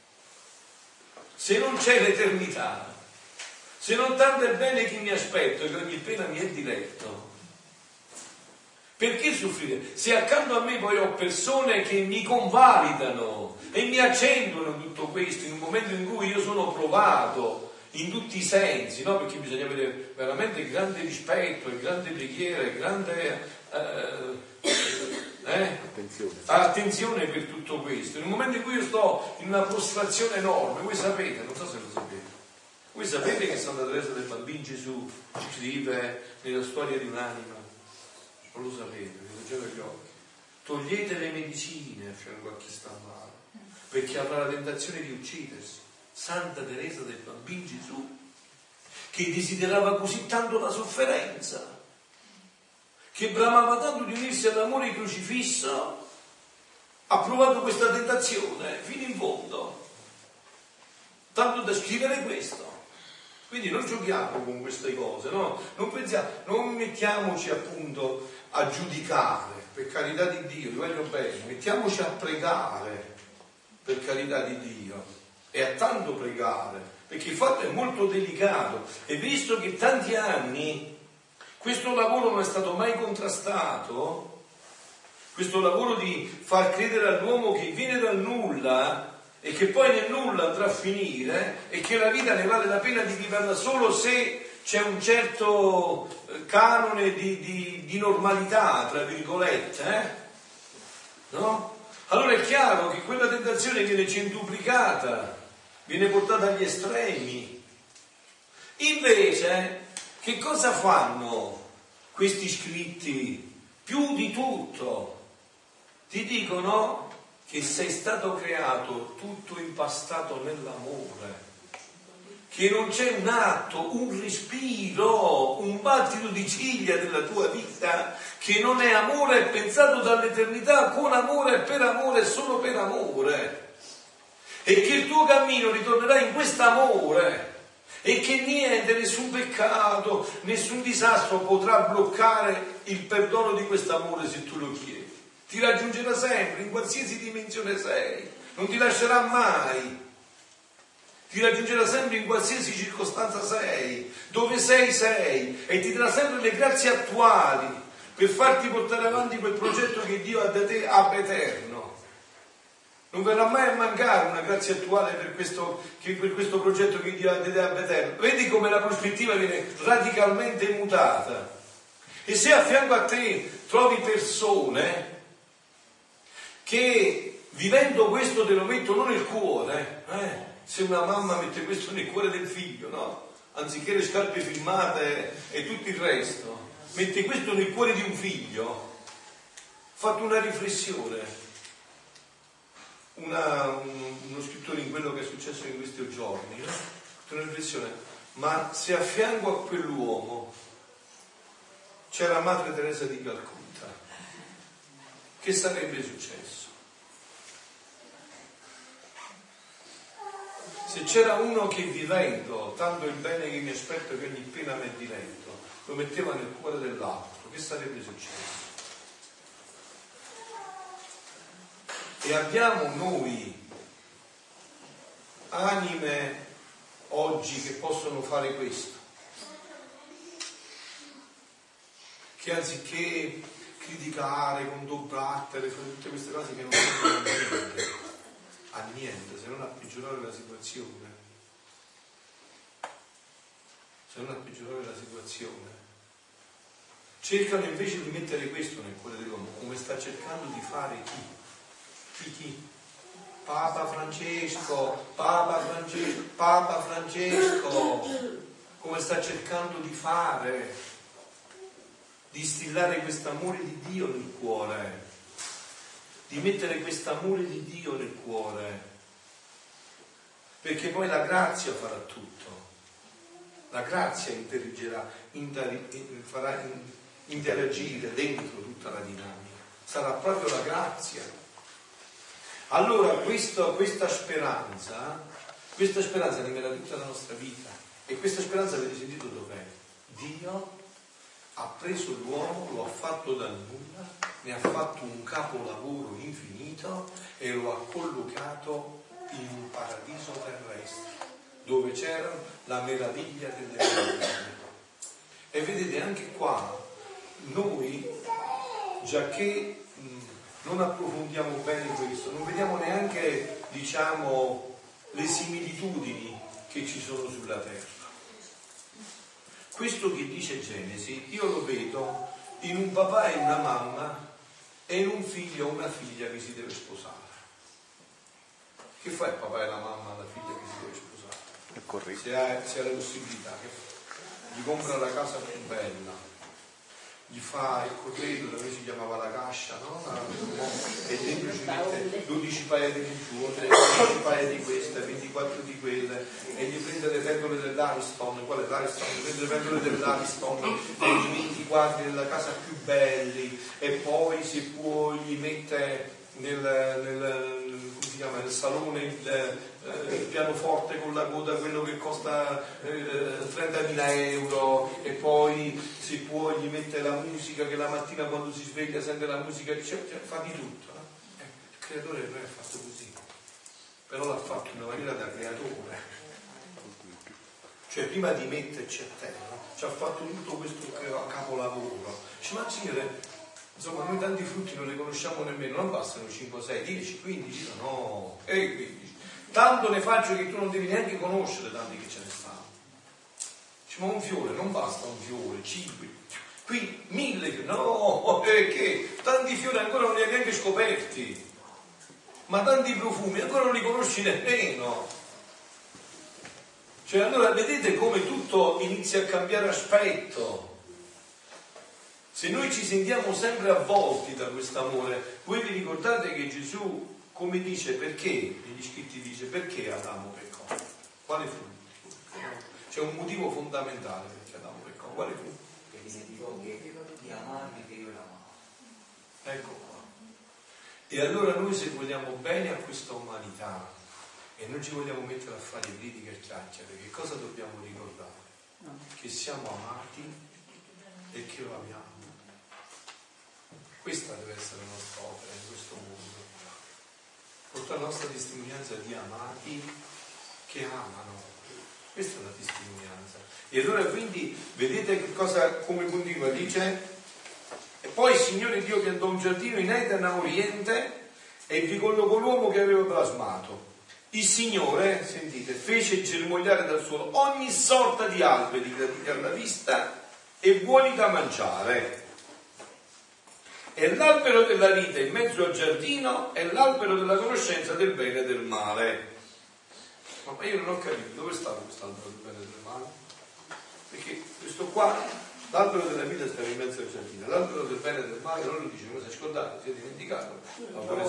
Se non c'è l'eternità, se non tanto è bene che mi aspetto e che ogni pena mi è diletto, perché soffrire? Se accanto a me poi ho persone che mi convalidano e mi accendono tutto questo in un momento in cui io sono provato in tutti i sensi, no? Perché bisogna avere veramente grande rispetto e grande preghiera e grande eh, eh? Attenzione. attenzione per tutto questo. In un momento in cui io sto in una prostrazione enorme, voi sapete, non so se lo sapete, voi sapete che Santa Teresa del Bambino Gesù scrive nella storia di un'anima? Non lo sapete, vi leggevo gli occhi. togliete le medicine a fianco a chi sta male, perché avrà la tentazione di uccidersi. Santa Teresa del Bambino Gesù, che desiderava così tanto la sofferenza, che bramava tanto di unirsi all'amore crocifisso, ha provato questa tentazione fino in fondo, tanto da scrivere questo. Quindi non giochiamo con queste cose, no? Non pensiamo, non mettiamoci appunto a giudicare, per carità di Dio, vi voglio bene, mettiamoci a pregare, per carità di Dio, e a tanto pregare, perché il fatto è molto delicato, e visto che tanti anni questo lavoro non è stato mai contrastato, questo lavoro di far credere all'uomo che viene dal nulla e che poi nel nulla andrà a finire, e che la vita ne vale la pena di viverla solo se c'è un certo canone di, di, di normalità, tra virgolette, eh? No? Allora è chiaro che quella tentazione viene centuplicata, viene portata agli estremi. Invece, che cosa fanno questi scritti? Più di tutto, ti dicono che sei stato creato tutto impastato nell'amore, che non c'è un atto, un respiro, un battito di ciglia della tua vita che non è amore, è pensato dall'eternità con amore, per amore, solo per amore, e che il tuo cammino ritornerà in quest'amore, e che niente, nessun peccato, nessun disastro potrà bloccare il perdono di quest'amore se tu lo chiedi. Ti raggiungerà sempre, in qualsiasi dimensione sei, non ti lascerà mai, ti raggiungerà sempre in qualsiasi circostanza sei, dove sei sei, e ti darà sempre le grazie attuali per farti portare avanti quel progetto che Dio ha da te ab eterno. Non verrà mai a mancare una grazia attuale per questo, per questo progetto che Dio ha da te ab eterno. Vedi come la prospettiva viene radicalmente mutata. E se a fianco a te trovi persone che vivendo questo te lo mettono nel cuore, eh? Se una mamma mette questo nel cuore del figlio, no? Anziché le scarpe filmate e tutto il resto, mette questo nel cuore di un figlio, fatto una riflessione, una, un, uno scrittore in quello che è successo in questi giorni, no? Una riflessione, ma se a fianco a quell'uomo c'era Madre Teresa di Calcutta, che sarebbe successo? Se c'era uno che vivendo tanto il bene che mi aspetto che ogni pena mi è diletto lo metteva nel cuore dell'altro, che sarebbe successo? E abbiamo noi anime oggi che possono fare questo, che anziché criticare, condobattere, fare tutte queste cose che non servono a niente, a niente, se non a peggiorare la situazione, se non a peggiorare la situazione, cercano invece di mettere questo nel cuore dell'uomo, come sta cercando di fare chi? Chi chi? Papa Francesco, Papa Francesco, Papa Francesco, come sta cercando di fare, di instillare questo amore di Dio nel cuore, di mettere questo amore di Dio nel cuore, perché poi la grazia farà tutto, la grazia interagerà, farà interagire dentro tutta la dinamica, sarà proprio la grazia. Allora questo, questa speranza, questa speranza animerà tutta la nostra vita, e questa speranza avete sentito dov'è? Dio ha preso l'uomo, lo ha fatto dal nulla, ne ha fatto un capolavoro infinito e lo ha collocato in un paradiso terrestre dove c'era la meraviglia delle meraviglie. E vedete anche qua noi, già che mh, non approfondiamo bene questo, non vediamo neanche, diciamo, le similitudini che ci sono sulla terra. Questo che dice Genesi, io lo vedo in un papà e una mamma e in un figlio o una figlia che si deve sposare. Che fa il papà e la mamma alla figlia che si deve sposare? È corretto. Se ha, se ha la possibilità, che fa? Gli compra la casa più bella, gli fa il corredo, da noi si chiamava la cascia, no? E dentro ci mette dodici paia di lenzuole, dodici paia di queste, ventiquattro di quelle, e gli prende le pentole dell'Ariston, quale l'Ariston? Gli prende le pentole dell'Ariston e gli mette i quadri della casa più belli, e poi se può gli mette nel, nel come si chiama, nel salone il, eh, il pianoforte con la coda, quello che costa eh, trentamila euro, e poi si può gli mette la musica che la mattina quando si sveglia sente la musica, cioè, cioè, fa di tutto, eh? Il creatore non è fatto così, però l'ha fatto in una maniera da creatore, cioè prima di metterci a terra ci ha fatto tutto questo capolavoro. Dice, ma Signore, insomma, noi tanti frutti non li conosciamo nemmeno, non bastano cinque, sei, dieci, quindici, no, e quindici. Tanto ne faccio che tu non devi neanche conoscere tanti che ce ne stanno. Dice, ma un fiore, non basta un fiore, cinque, qui mille, no, perché tanti fiori ancora non li hai neanche scoperti, ma tanti profumi ancora non li conosci nemmeno. Cioè, allora vedete come tutto inizia a cambiare aspetto. Se noi ci sentiamo sempre avvolti da questo amore, voi vi ricordate che Gesù, come dice, perché? Negli scritti dice, perché Adamo peccò? Quale fu? C'è un motivo fondamentale perché Adamo peccò. Quale fu? Che dimenticò che di amarmi che io l'amavo. Ecco qua. E allora noi, se vogliamo bene a questa umanità e non ci vogliamo mettere a fare critica e chiacchiere, che cosa dobbiamo ricordare? Che siamo amati e che lo amiamo. Questa deve essere la nostra opera in questo mondo, portare la nostra testimonianza di amati che amano. Questa è la testimonianza. E allora quindi vedete che cosa, come continua, dice, e poi il Signore Dio piantò un giardino in Eden a oriente e vi collocò l'uomo che aveva plasmato. Il Signore, sentite, fece germogliare dal suolo ogni sorta di alberi graditi alla vista e buoni da mangiare. E l'albero della vita in mezzo al giardino è l'albero della conoscenza del bene e del male. Ma io non ho capito dove sta questo albero del bene e del male, perché questo qua, l'albero della vita sta in mezzo al giardino, l'albero del bene e del male non lo dice, cosa scordato, si è dimenticato, l'albero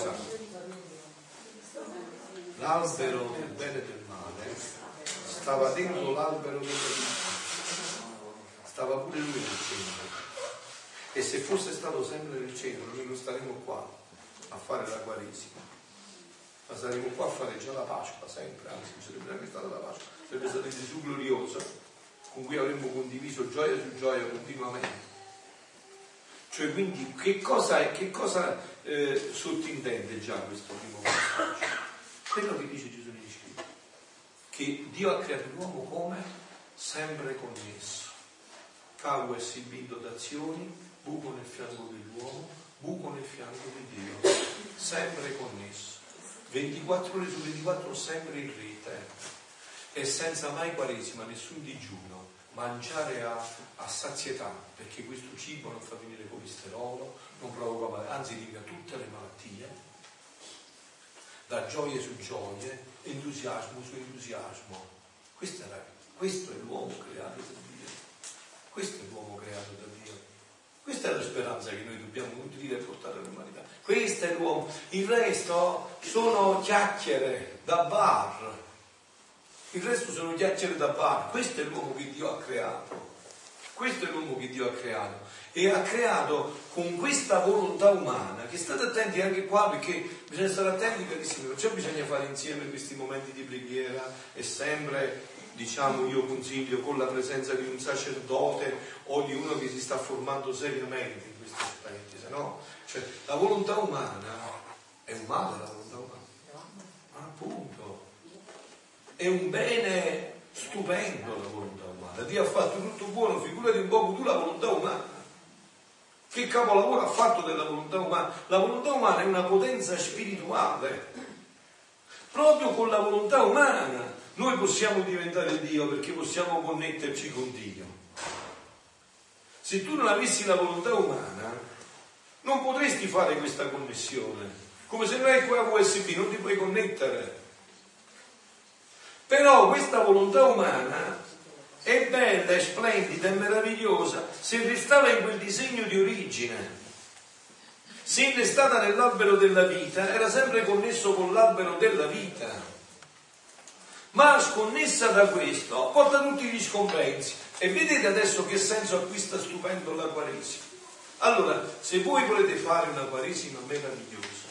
del bene e del male stava dentro l'albero della vita, stava pure lui nel centro. E se fosse stato sempre nel centro, noi non staremo qua a fare la Quaresima, ma saremo qua a fare già la Pasqua, sempre, anzi non sarebbe neanche stata la Pasqua, sarebbe stato il Gesù glorioso, con cui avremmo condiviso gioia su gioia continuamente. Cioè, quindi, che cosa, che cosa eh, sottintende già questo primo passaggio? Quello che dice Gesù negli scritti, che Dio ha creato l'uomo come? Sempre connesso. Cavo e sibindo d'azioni, buco nel fianco dell'uomo, buco nel fianco di Dio, sempre connesso, ventiquattro ore su ventiquattro sempre in rete, e senza mai Quaresima, nessun digiuno, mangiare a, a sazietà, perché questo cibo non fa venire colesterolo, non provoca, anzi elimina tutte le malattie, dà gioie su gioie, entusiasmo su entusiasmo. Questo è, la, questo è l'uomo creato da Dio, questo è l'uomo creato da Dio. Questa è la speranza che noi dobbiamo nutrire e portare all'umanità. Questo è l'uomo. Il resto sono chiacchiere da bar. Il resto sono chiacchiere da bar. Questo è l'uomo che Dio ha creato. Questo è l'uomo che Dio ha creato. E ha creato con questa volontà umana, che state attenti anche qua, perché bisogna stare attenti, carissimi, perciò bisogna fare insieme questi momenti di preghiera e sempre, diciamo, io consiglio con la presenza di un sacerdote o di uno che si sta formando seriamente in questi aspetti, se no, cioè, la volontà umana è un male, la volontà umana, appunto, è un bene stupendo la volontà umana. Dio ha fatto tutto buono, figurati un po' tu la volontà umana. Che capolavoro ha fatto della volontà umana? La volontà umana è una potenza spirituale. Proprio con la volontà umana noi possiamo diventare Dio, perché possiamo connetterci con Dio. Se tu non avessi la volontà umana, non potresti fare questa connessione. Come se non hai qua U S B, non ti puoi connettere. Però questa volontà umana è bella, è splendida, è meravigliosa se restava in quel disegno di origine. Se innestata nell'albero della vita, era sempre connesso con l'albero della vita. Ma sconnessa da questo, porta tutti gli scompensi. E vedete adesso che senso acquista stupendo la Quaresima. Allora, se voi volete fare una Quaresima meravigliosa,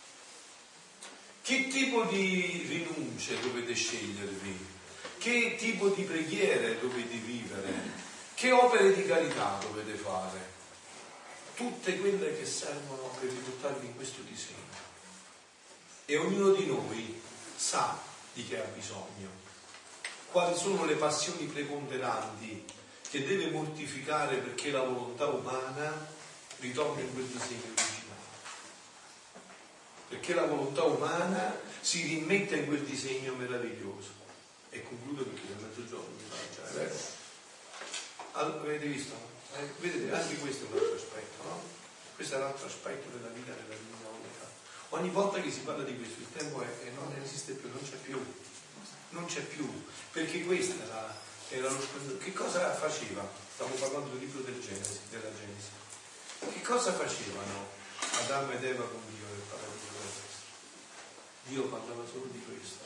che tipo di rinunce dovete scegliervi? Che tipo di preghiere dovete vivere? Che opere di carità dovete fare? Tutte quelle che servono per riportarvi in questo disegno. E ognuno di noi sa di che ha bisogno, quali sono le passioni preponderanti che deve mortificare perché la volontà umana ritorni in quel disegno originale, perché la volontà umana si rimetta in quel disegno meraviglioso. E concludo perché è mezzogiorno mi fa già, è vero? Allora, avete visto? Eh, vedete, anche questo è un altro aspetto, no? Questo è un altro aspetto della vita della divina volontà. Ogni volta che si parla di questo, il tempo è, è, non esiste più, non c'è più, non c'è più, perché questa era, era lo splendore. Che cosa faceva? Stiamo parlando del libro del Genesi, della Genesi. Che cosa facevano Adamo ed Eva con Dio nel paradiso terrestre? Dio parlava solo di questo,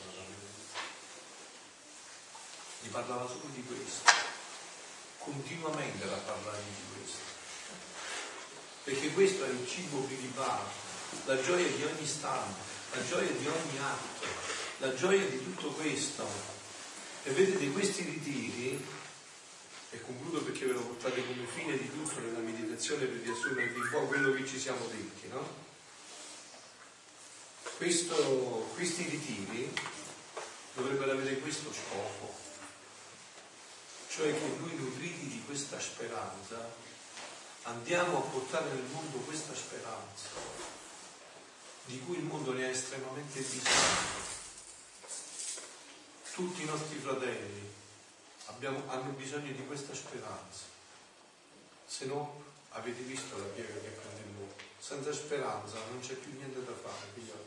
gli parlava solo di questo. Continuamente a parlare di questo, perché questo è il cibo principale, la gioia di ogni istante, la gioia di ogni atto, la gioia di tutto questo. E vedete, questi ritiri, e concludo perché ve lo portate come fine di tutto nella meditazione per riassumervi un po' quello che ci siamo detti, no? Questo, questi ritiri dovrebbero avere questo scopo, cioè che noi, nutriti di questa speranza, andiamo a portare nel mondo questa speranza di cui il mondo ne ha estremamente bisogno. Tutti i nostri fratelli abbiamo, hanno bisogno di questa speranza, se no avete visto la piega che prende il mondo. Senza speranza non c'è più niente da fare, figlioli.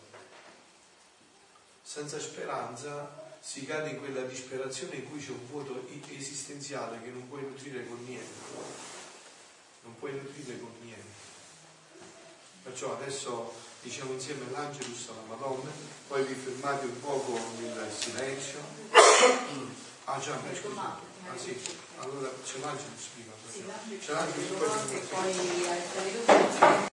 Senza speranza si cade in quella disperazione in cui c'è un vuoto esistenziale che non puoi nutrire con niente, non puoi nutrire con niente. Perciò adesso diciamo insieme l'Angelus alla Madonna, poi vi fermate un poco nel silenzio. Ah già, mi scusa. Ah sì, allora c'è l'Angelus prima. C'è l'Angelus poi.